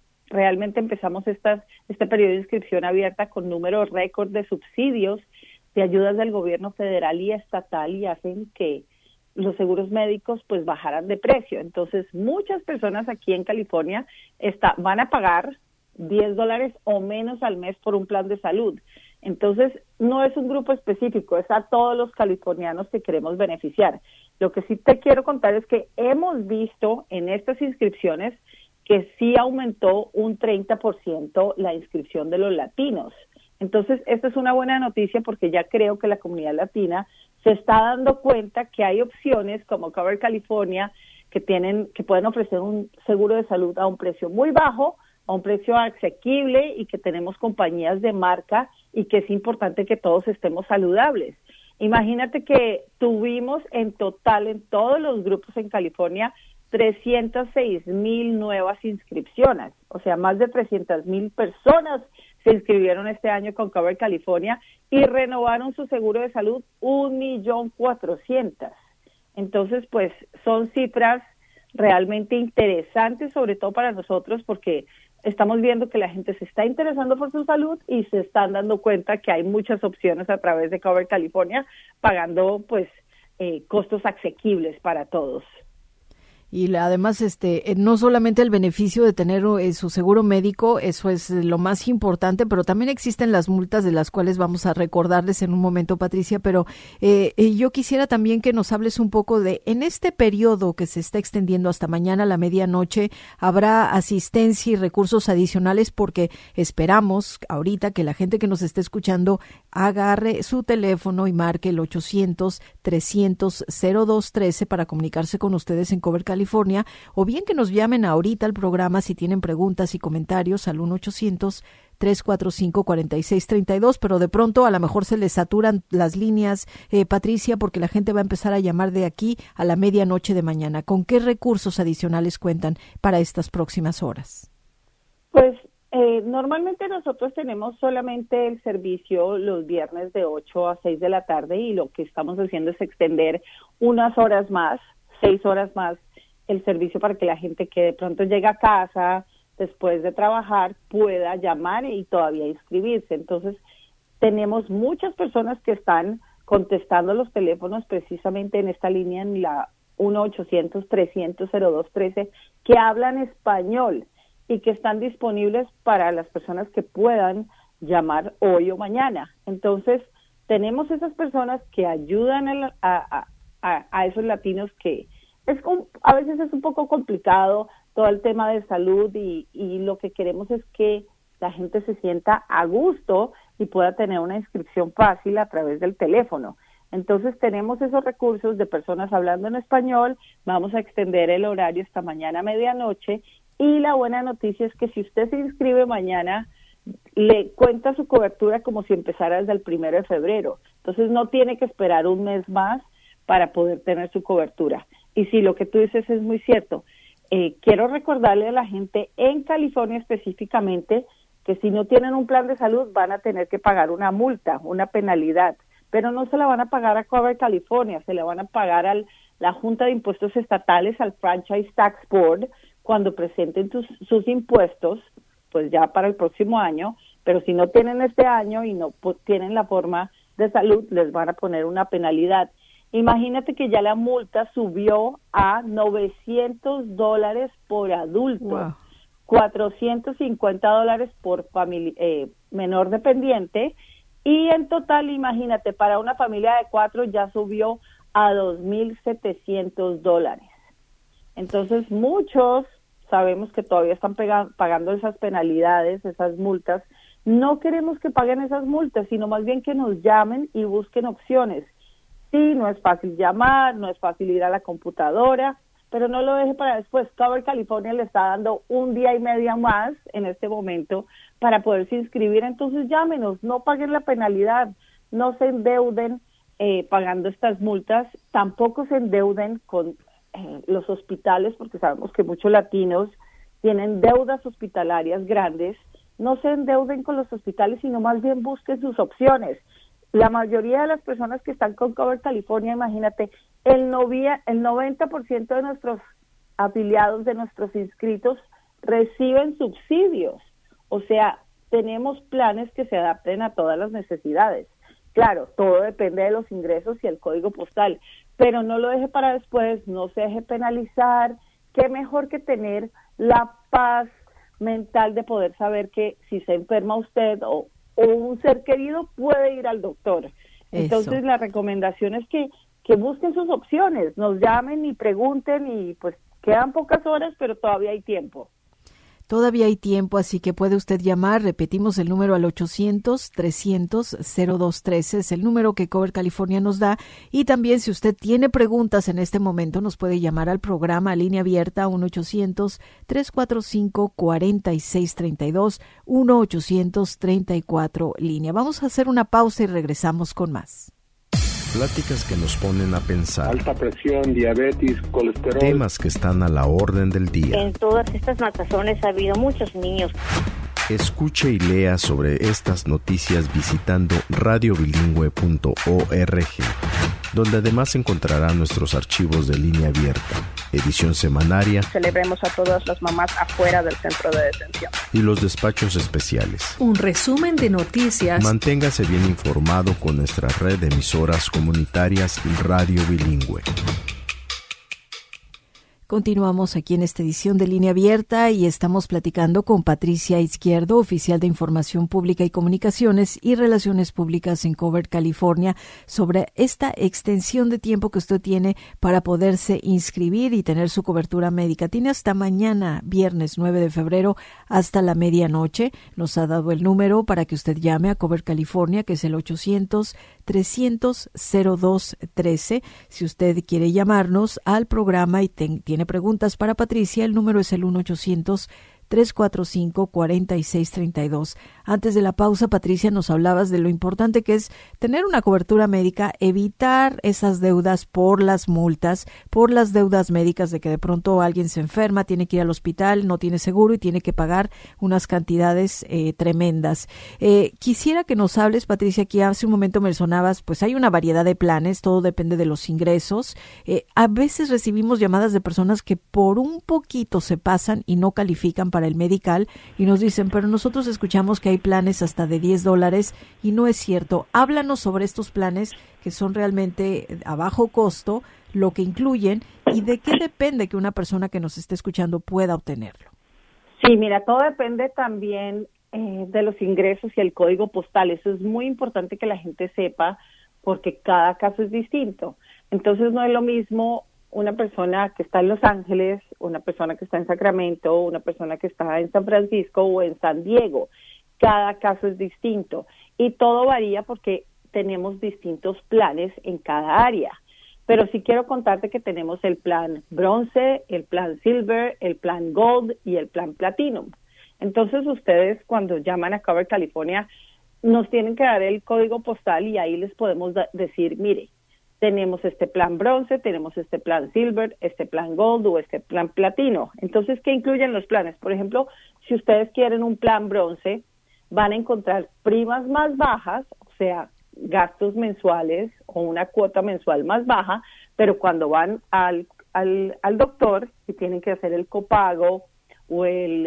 [SPEAKER 8] Realmente empezamos este periodo de inscripción abierta con números récord de subsidios de ayudas del gobierno federal y estatal y hacen que los seguros médicos pues bajaran de precio. Entonces, muchas personas aquí en California van a pagar $10 o menos al mes por un plan de salud. Entonces, no es un grupo específico, es a todos los californianos que queremos beneficiar. Lo que sí te quiero contar es que hemos visto en estas inscripciones que sí aumentó un 30% la inscripción de los latinos. Entonces, esta es una buena noticia porque ya creo que la comunidad latina se está dando cuenta que hay opciones como Cover California que pueden ofrecer un seguro de salud a un precio muy bajo, a un precio asequible y que tenemos compañías de marca y que es importante que todos estemos saludables. Imagínate que tuvimos en total en todos los grupos en California 306,000 nuevas inscripciones, o sea, más de 300,000 personas se inscribieron este año con Cover California y renovaron su seguro de salud 1,400,000. Entonces, pues, son cifras realmente interesantes, sobre todo para nosotros, porque estamos viendo que la gente se está interesando por su salud y se están dando cuenta que hay muchas opciones a través de Cover California, pagando, pues, costos asequibles para todos.
[SPEAKER 2] Y además, no solamente el beneficio de tener su seguro médico, eso es lo más importante, pero también existen las multas de las cuales vamos a recordarles en un momento, Patricia, pero yo quisiera también que nos hables un poco en este periodo que se está extendiendo hasta mañana a la medianoche, habrá asistencia y recursos adicionales porque esperamos ahorita que la gente que nos esté escuchando agarre su teléfono y marque el 800-300-0213 para comunicarse con ustedes en Cover California, o bien que nos llamen ahorita al programa si tienen preguntas y comentarios al 1-800-345-4632, pero de pronto a lo mejor se les saturan las líneas, Patricia, porque la gente va a empezar a llamar de aquí a la medianoche de mañana. ¿Con qué recursos adicionales cuentan para estas próximas horas?
[SPEAKER 8] Pues normalmente nosotros tenemos solamente el servicio los viernes de 8 a 6 de la tarde y lo que estamos haciendo es extender unas horas más, 6 horas más, el servicio para que la gente que de pronto llega a casa después de trabajar pueda llamar y todavía inscribirse. Entonces, tenemos muchas personas que están contestando los teléfonos precisamente en esta línea, en la 1-800-300-0213, que hablan español y que están disponibles para las personas que puedan llamar hoy o mañana. Entonces, tenemos esas personas que ayudan a esos latinos que a veces es un poco complicado todo el tema de salud y lo que queremos es que la gente se sienta a gusto y pueda tener una inscripción fácil a través del teléfono. Entonces tenemos esos recursos de personas hablando en español, vamos a extender el horario hasta mañana a medianoche y la buena noticia es que si usted se inscribe mañana, le cuenta su cobertura como si empezara desde el 1 de febrero. Entonces no tiene que esperar un mes más para poder tener su cobertura. Y sí, lo que tú dices es muy cierto. Quiero recordarle a la gente en California específicamente que si no tienen un plan de salud van a tener que pagar una multa, una penalidad, pero no se la van a pagar a Cover California, se la van a pagar a la Junta de Impuestos Estatales, al Franchise Tax Board, cuando presenten sus impuestos, pues ya para el próximo año, pero si no tienen este año y no tienen la forma de salud, les van a poner una penalidad. Imagínate que ya la multa subió a $900 por adulto, wow. $450 por menor dependiente, y en total, imagínate, para una familia de 4 ya subió a $2,700. Entonces, muchos sabemos que todavía están pagando esas penalidades, esas multas. No queremos que paguen esas multas, sino más bien que nos llamen y busquen opciones. Sí, no es fácil llamar, no es fácil ir a la computadora, pero no lo deje para después. Cover California le está dando un día y medio más en este momento para poderse inscribir, entonces llámenos, no paguen la penalidad, no se endeuden pagando estas multas, tampoco se endeuden con los hospitales, porque sabemos que muchos latinos tienen deudas hospitalarias grandes. No se endeuden con los hospitales, sino más bien busquen sus opciones. La mayoría de las personas que están con Cover California, imagínate, el 90% de nuestros afiliados, de nuestros inscritos, reciben subsidios. O sea, tenemos planes que se adapten a todas las necesidades. Claro, todo depende de los ingresos y el código postal, pero no lo deje para después, no se deje penalizar. Qué mejor que tener la paz mental de poder saber que si se enferma usted o un ser querido puede ir al doctor. Entonces la recomendación es que busquen sus opciones, nos llamen y pregunten y pues quedan pocas horas, pero todavía hay tiempo.
[SPEAKER 2] Todavía hay tiempo, así que puede usted llamar. Repetimos el número al 800-300-0213. Es el número que Cover California nos da. Y también, si usted tiene preguntas en este momento, nos puede llamar al programa a línea abierta 1-800-345-4632, 1-800-34-LÍNEA. Vamos a hacer una pausa y regresamos con más.
[SPEAKER 9] Pláticas que nos ponen a pensar.
[SPEAKER 7] Alta presión, diabetes, colesterol.
[SPEAKER 9] Temas que están a la orden del día.
[SPEAKER 6] En todas estas matazones ha habido muchos niños.
[SPEAKER 9] Escuche y lea sobre estas noticias visitando radiobilingüe.org, donde además encontrará nuestros archivos de línea abierta, edición semanaria.
[SPEAKER 6] Celebremos a todas las mamás afuera del centro de detención.
[SPEAKER 9] Y los despachos especiales.
[SPEAKER 10] Un resumen de noticias.
[SPEAKER 9] Manténgase bien informado con nuestra red de emisoras comunitarias y Radio Bilingüe.
[SPEAKER 2] Continuamos aquí en esta edición de Línea Abierta y estamos platicando con Patricia Izquierdo, oficial de Información Pública y Comunicaciones y Relaciones Públicas en Cover California, sobre esta extensión de tiempo que usted tiene para poderse inscribir y tener su cobertura médica. Tiene hasta mañana, viernes 9 de febrero, hasta la medianoche. Nos ha dado el número para que usted llame a Cover California, que es el 800-300-0213. Si usted quiere llamarnos al programa y tiene preguntas para Patricia, el número es el 1-800-345-4632. Antes de la pausa, Patricia, nos hablabas de lo importante que es tener una cobertura médica, evitar esas deudas por las multas, por las deudas médicas de que de pronto alguien se enferma, tiene que ir al hospital, no tiene seguro y tiene que pagar unas cantidades tremendas. Quisiera que nos hables, Patricia, aquí hace un momento mencionabas, pues hay una variedad de planes, todo depende de los ingresos. A veces recibimos llamadas de personas que por un poquito se pasan y no califican para el medical y nos dicen, pero nosotros escuchamos que hay planes hasta de $10 y no es cierto. Háblanos sobre estos planes que son realmente a bajo costo, lo que incluyen y de qué depende que una persona que nos esté escuchando pueda obtenerlo.
[SPEAKER 8] Sí, mira, todo depende también de los ingresos y el código postal. Eso es muy importante que la gente sepa porque cada caso es distinto. Entonces no es lo mismo una persona que está en Los Ángeles, una persona que está en Sacramento, una persona que está en San Francisco o en San Diego. Cada caso es distinto y todo varía porque tenemos distintos planes en cada área. Pero sí quiero contarte que tenemos el plan bronce, el plan silver, el plan gold y el plan platinum. Entonces ustedes cuando llaman a Cover California nos tienen que dar el código postal y ahí les podemos decir, mire, tenemos este plan bronce, tenemos este plan silver, este plan gold o este plan platino. Entonces, ¿qué incluyen los planes? Por ejemplo, si ustedes quieren un plan bronce, van a encontrar primas más bajas, o sea, gastos mensuales o una cuota mensual más baja, pero cuando van al doctor y tienen que hacer el copago o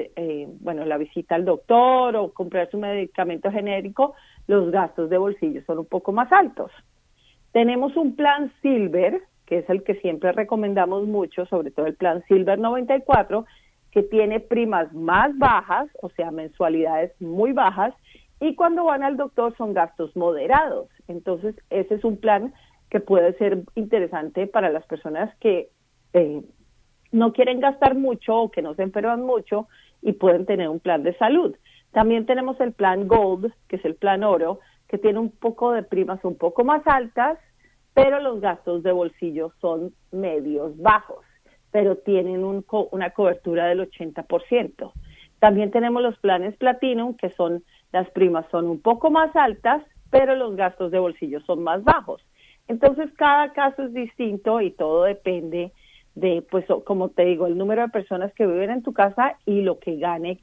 [SPEAKER 8] la visita al doctor o comprar su medicamento genérico, los gastos de bolsillo son un poco más altos. Tenemos un plan Silver, que es el que siempre recomendamos mucho, sobre todo el plan Silver 94, que tiene primas más bajas, o sea, mensualidades muy bajas, y cuando van al doctor son gastos moderados. Entonces, ese es un plan que puede ser interesante para las personas que no quieren gastar mucho o que no se enferman mucho y pueden tener un plan de salud. También tenemos el plan Gold, que es el plan oro, que tiene un poco de primas un poco más altas, pero los gastos de bolsillo son medios bajos, pero tienen una cobertura del 80%. También tenemos los planes Platinum, que las primas son un poco más altas, pero los gastos de bolsillo son más bajos. Entonces, cada caso es distinto y todo depende de, pues, como te digo, el número de personas que viven en tu casa y lo que ganen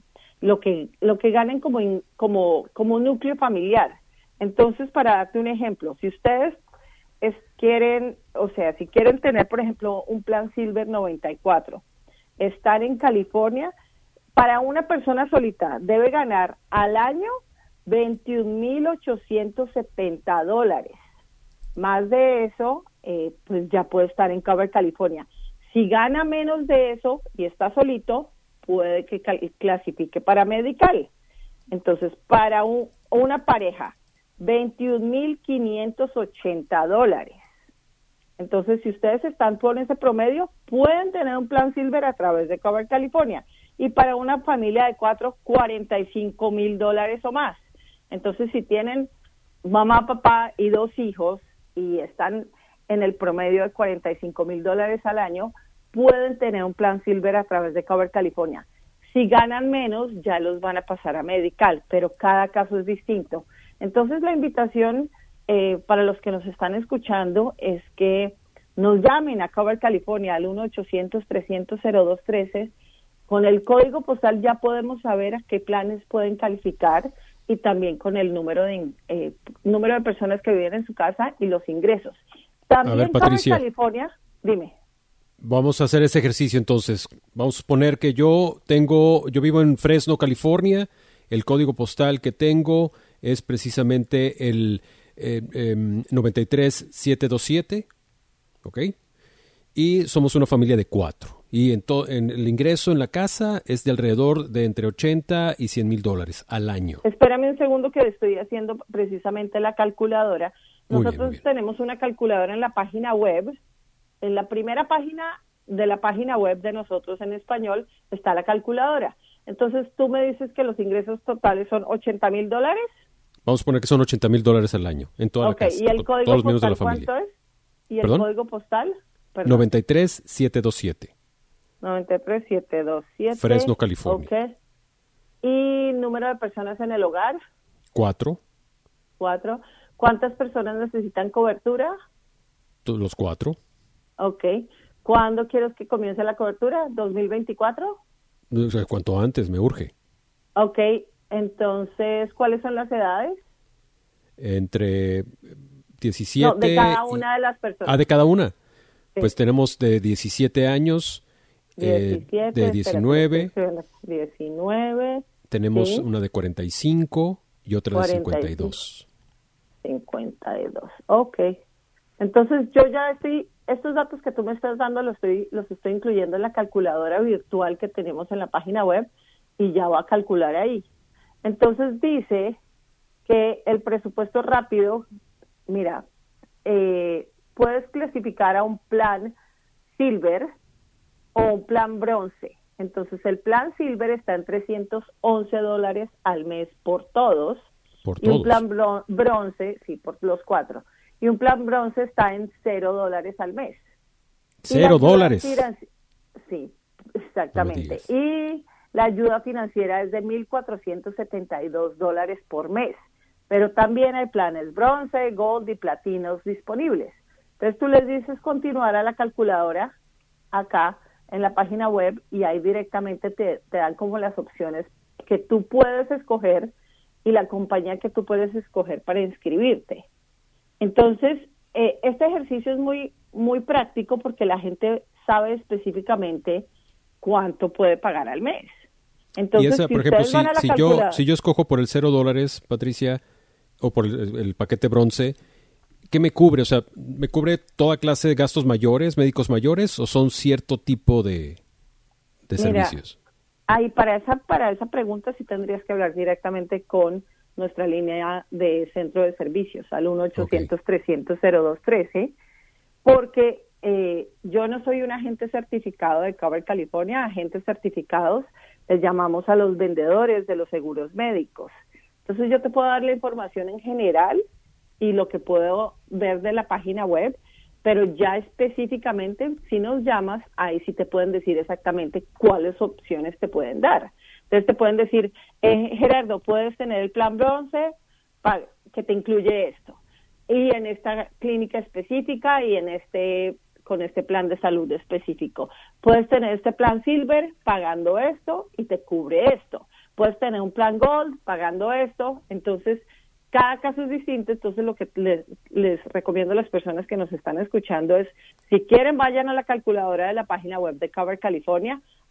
[SPEAKER 8] como núcleo familiar. Entonces, para darte un ejemplo, si ustedes quieren tener, por ejemplo, un plan Silver 94, estar en California, para una persona solita debe ganar al año $21,870. Más de eso, pues ya puede estar en Cover California. Si gana menos de eso y está solito, puede que clasifique para Medical. Entonces, para una pareja, $21,580. Entonces, si ustedes están por ese promedio, pueden tener un plan Silver a través de Cover California. Y para una familia de 4, $45,000 o más. Entonces, si tienen mamá, papá y 2 hijos y están en el promedio de $45,000 al año, pueden tener un plan Silver a través de Cover California. Si ganan menos, ya los van a pasar a Medical, pero cada caso es distinto. Entonces, la invitación para los que nos están escuchando es que nos llamen a Cover California al 1-800-300-0213. Con el código postal ya podemos saber a qué planes pueden calificar y también con el número de personas que viven en su casa y los ingresos. También, a ver, Patricia, Cover California, dime.
[SPEAKER 3] Vamos a hacer ese ejercicio entonces. Vamos a suponer que yo vivo en Fresno, California. El código postal que tengo es precisamente el 93727, ¿ok? Y somos una familia de 4. Y en el ingreso en la casa es de alrededor de entre $80 y $100,000 al año.
[SPEAKER 8] Espérame un segundo que estoy haciendo precisamente la calculadora. Nosotros muy bien. Tenemos una calculadora en la página web. En la primera página de la página web de nosotros en español está la calculadora. Entonces, tú me dices que los ingresos totales son $80,000.
[SPEAKER 3] Vamos a poner que son $80,000 al año en toda la casa.
[SPEAKER 8] ¿Y el código
[SPEAKER 3] todos los
[SPEAKER 8] postal
[SPEAKER 3] miembros de la familia.
[SPEAKER 8] cuánto es? ¿Y el
[SPEAKER 3] ¿Perdón?
[SPEAKER 8] Código postal?
[SPEAKER 3] 93727.
[SPEAKER 8] 93727.
[SPEAKER 3] Fresno, California.
[SPEAKER 8] Okay. ¿Y número de personas en el hogar?
[SPEAKER 3] 4.
[SPEAKER 8] ¿Cuántas personas necesitan cobertura?
[SPEAKER 3] Los 4.
[SPEAKER 8] Ok. ¿Cuándo quieres que comience la cobertura? ¿2024?
[SPEAKER 3] O sea, cuanto antes, me urge.
[SPEAKER 8] Ok. Entonces, ¿cuáles son las edades?
[SPEAKER 3] Entre 17...
[SPEAKER 8] No, de cada una de las personas.
[SPEAKER 3] ¿De cada una?
[SPEAKER 8] Sí.
[SPEAKER 3] Pues tenemos de 17 años,
[SPEAKER 8] 17,
[SPEAKER 3] de 19.
[SPEAKER 8] 19.
[SPEAKER 3] Tenemos
[SPEAKER 8] sí.
[SPEAKER 3] una de 45 y otra
[SPEAKER 8] 45.
[SPEAKER 3] de 52.
[SPEAKER 8] 52. Ok. Entonces, yo ya estos datos que tú me estás dando los estoy incluyendo en la calculadora virtual que tenemos en la página web y ya va a calcular ahí. Entonces dice que el presupuesto rápido, mira, puedes clasificar a un plan Silver o un plan Bronce. Entonces el plan Silver está en $311 al mes por todos.
[SPEAKER 3] Por
[SPEAKER 8] y un plan Bronce, sí, por los 4. Y un plan Bronce está en $0 al mes.
[SPEAKER 3] $0.
[SPEAKER 8] Sí, exactamente. Y la ayuda financiera es de $1,472 por mes. Pero también hay planes Bronce, Gold y Platinos disponibles. Entonces tú les dices continuar a la calculadora acá en la página web y ahí directamente te dan como las opciones que tú puedes escoger y la compañía que tú puedes escoger para inscribirte. Entonces, este ejercicio es muy, muy práctico porque la gente sabe específicamente cuánto puede pagar al mes. Entonces,
[SPEAKER 3] por ejemplo, si yo escojo por el $0, Patricia, o por el paquete Bronce, ¿qué me cubre? O sea, ¿me cubre toda clase de gastos mayores, médicos mayores, o son cierto tipo de servicios?
[SPEAKER 8] Ahí para esa pregunta sí tendrías que hablar directamente con nuestra línea de centro de servicios al 1-800-300-0213, porque yo no soy un agente certificado de Cover California. Agentes certificados les llamamos a los vendedores de los seguros médicos. Entonces yo te puedo dar la información en general y lo que puedo ver de la página web, pero ya específicamente si nos llamas, ahí sí te pueden decir exactamente cuáles opciones te pueden dar. Entonces te pueden decir, Gerardo, puedes tener el plan Bronce que te incluye esto, y en esta clínica específica y con este plan de salud específico. Puedes tener este plan Silver pagando esto y te cubre esto. Puedes tener un plan Gold pagando esto. Entonces, cada caso es distinto. Entonces, lo que les recomiendo a las personas que nos están escuchando es, si quieren, vayan a la calculadora de la página web de Cover California.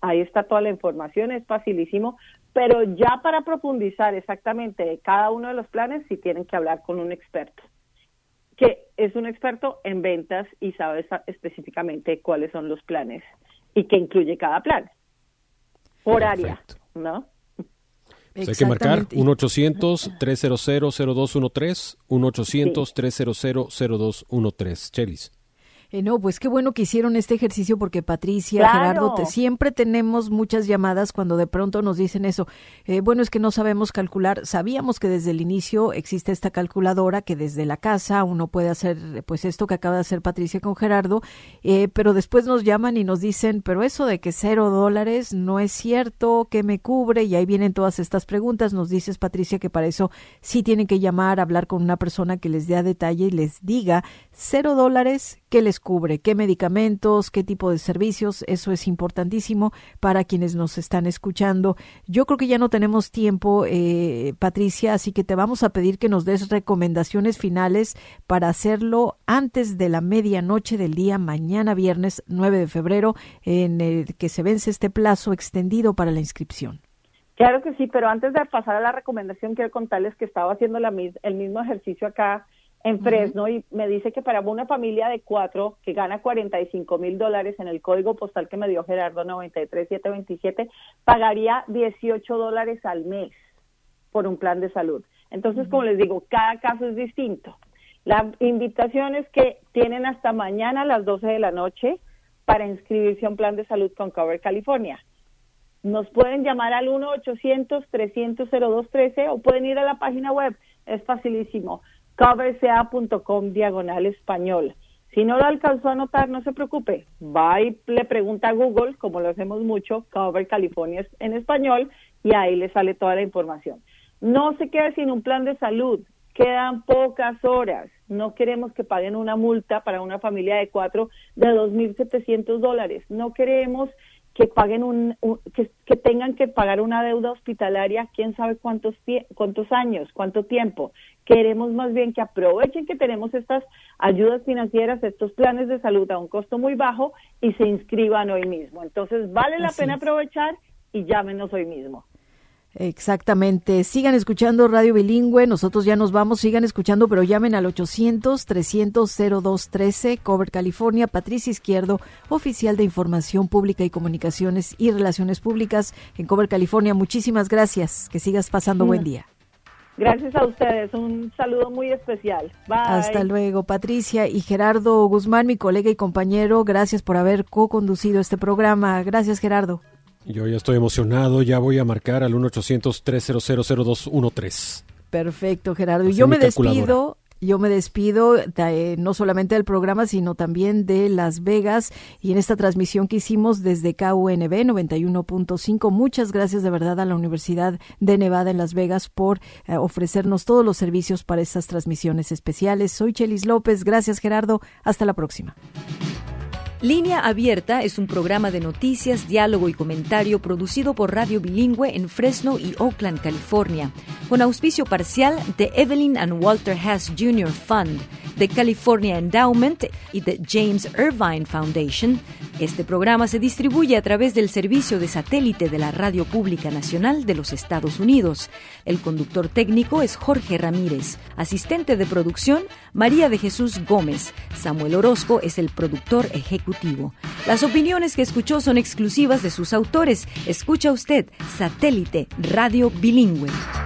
[SPEAKER 8] ahí está toda la información, es facilísimo, pero ya para profundizar exactamente de cada uno de los planes, sí tienen que hablar con un experto, que es un experto en ventas y sabe específicamente cuáles son los planes y qué incluye cada plan, por área, ¿no?
[SPEAKER 3] Hay que marcar 1-800-300-0213, 1-800-300-0213. Chelis.
[SPEAKER 2] No, pues qué bueno que hicieron este ejercicio porque Patricia,
[SPEAKER 8] ¡claro!
[SPEAKER 2] Gerardo, siempre tenemos muchas llamadas cuando de pronto nos dicen eso. Bueno, es que no sabemos calcular. Sabíamos que desde el inicio existe esta calculadora que desde la casa uno puede hacer pues esto que acaba de hacer Patricia con Gerardo, pero después nos llaman y nos dicen, pero eso de que $0 no es cierto, ¿qué me cubre? Y ahí vienen todas estas preguntas. Nos dices, Patricia, que para eso sí tienen que llamar, hablar con una persona que les dé a detalle y les diga $0, ¿qué les cubre? ¿Qué medicamentos? ¿Qué tipo de servicios? Eso es importantísimo para quienes nos están escuchando. Yo creo que ya no tenemos tiempo, Patricia, así que te vamos a pedir que nos des recomendaciones finales para hacerlo antes de la medianoche del día mañana, viernes 9 de febrero, en el que se vence este plazo extendido para la inscripción.
[SPEAKER 8] Claro que sí, pero antes de pasar a la recomendación, quiero contarles que estaba haciendo el mismo ejercicio acá en Fresno, y me dice que para una familia de 4 que gana $45,000 en el código postal que me dio Gerardo 93727, pagaría $18 al mes por un plan de salud. Entonces, como les digo, cada caso es distinto. La invitación es que tienen hasta mañana a las 12 de la noche para inscribirse a un plan de salud con Cover California. Nos pueden llamar al 1-800-300-0213 o pueden ir a la página web, es facilísimo, coverca.com/español. Si no lo alcanzó a anotar, no se preocupe, va y le pregunta a Google, como lo hacemos mucho, Cover California en español, y ahí le sale toda la información. No se quede sin un plan de salud, quedan pocas horas, no queremos que paguen una multa para una familia de 4 de $2,700, no queremos que paguen que tengan que pagar una deuda hospitalaria, quién sabe cuántos años, cuánto tiempo. Queremos más bien que aprovechen que tenemos estas ayudas financieras, estos planes de salud a un costo muy bajo y se inscriban hoy mismo. Entonces, vale la pena aprovechar y llámenos hoy mismo.
[SPEAKER 2] Exactamente. Sigan escuchando Radio Bilingüe. Nosotros ya nos vamos. Sigan escuchando, pero llamen al 800-300-0213, Cover California. Patricia Izquierdo, oficial de Información Pública y Comunicaciones y Relaciones Públicas en Cover California. Muchísimas gracias. Que sigas pasando buen día.
[SPEAKER 8] Gracias a ustedes. Un saludo muy especial. Bye.
[SPEAKER 2] Hasta luego, Patricia. Y Gerardo Guzmán, mi colega y compañero, gracias por haber co-conducido este programa. Gracias, Gerardo.
[SPEAKER 3] Yo ya estoy emocionado, ya voy a marcar al 1-800-300-0213.
[SPEAKER 2] Perfecto, Gerardo. Y yo me despido no solamente del programa, sino también de Las Vegas y en esta transmisión que hicimos desde KUNB 91.5. Muchas gracias de verdad a la Universidad de Nevada en Las Vegas por ofrecernos todos los servicios para estas transmisiones especiales. Soy Chelis López. Gracias, Gerardo. Hasta la próxima.
[SPEAKER 1] Línea Abierta es un programa de noticias, diálogo y comentario producido por Radio Bilingüe en Fresno y Oakland, California, con auspicio parcial de Evelyn and Walter Hess Jr. Fund, de California Endowment y de James Irvine Foundation. Este programa se distribuye a través del servicio de satélite de la Radio Pública Nacional de los Estados Unidos. El conductor técnico es Jorge Ramírez. Asistente de producción, María de Jesús Gómez. Samuel Orozco es el productor ejecutivo. Las opiniones que escuchó son exclusivas de sus autores. Escucha usted Satélite Radio Bilingüe.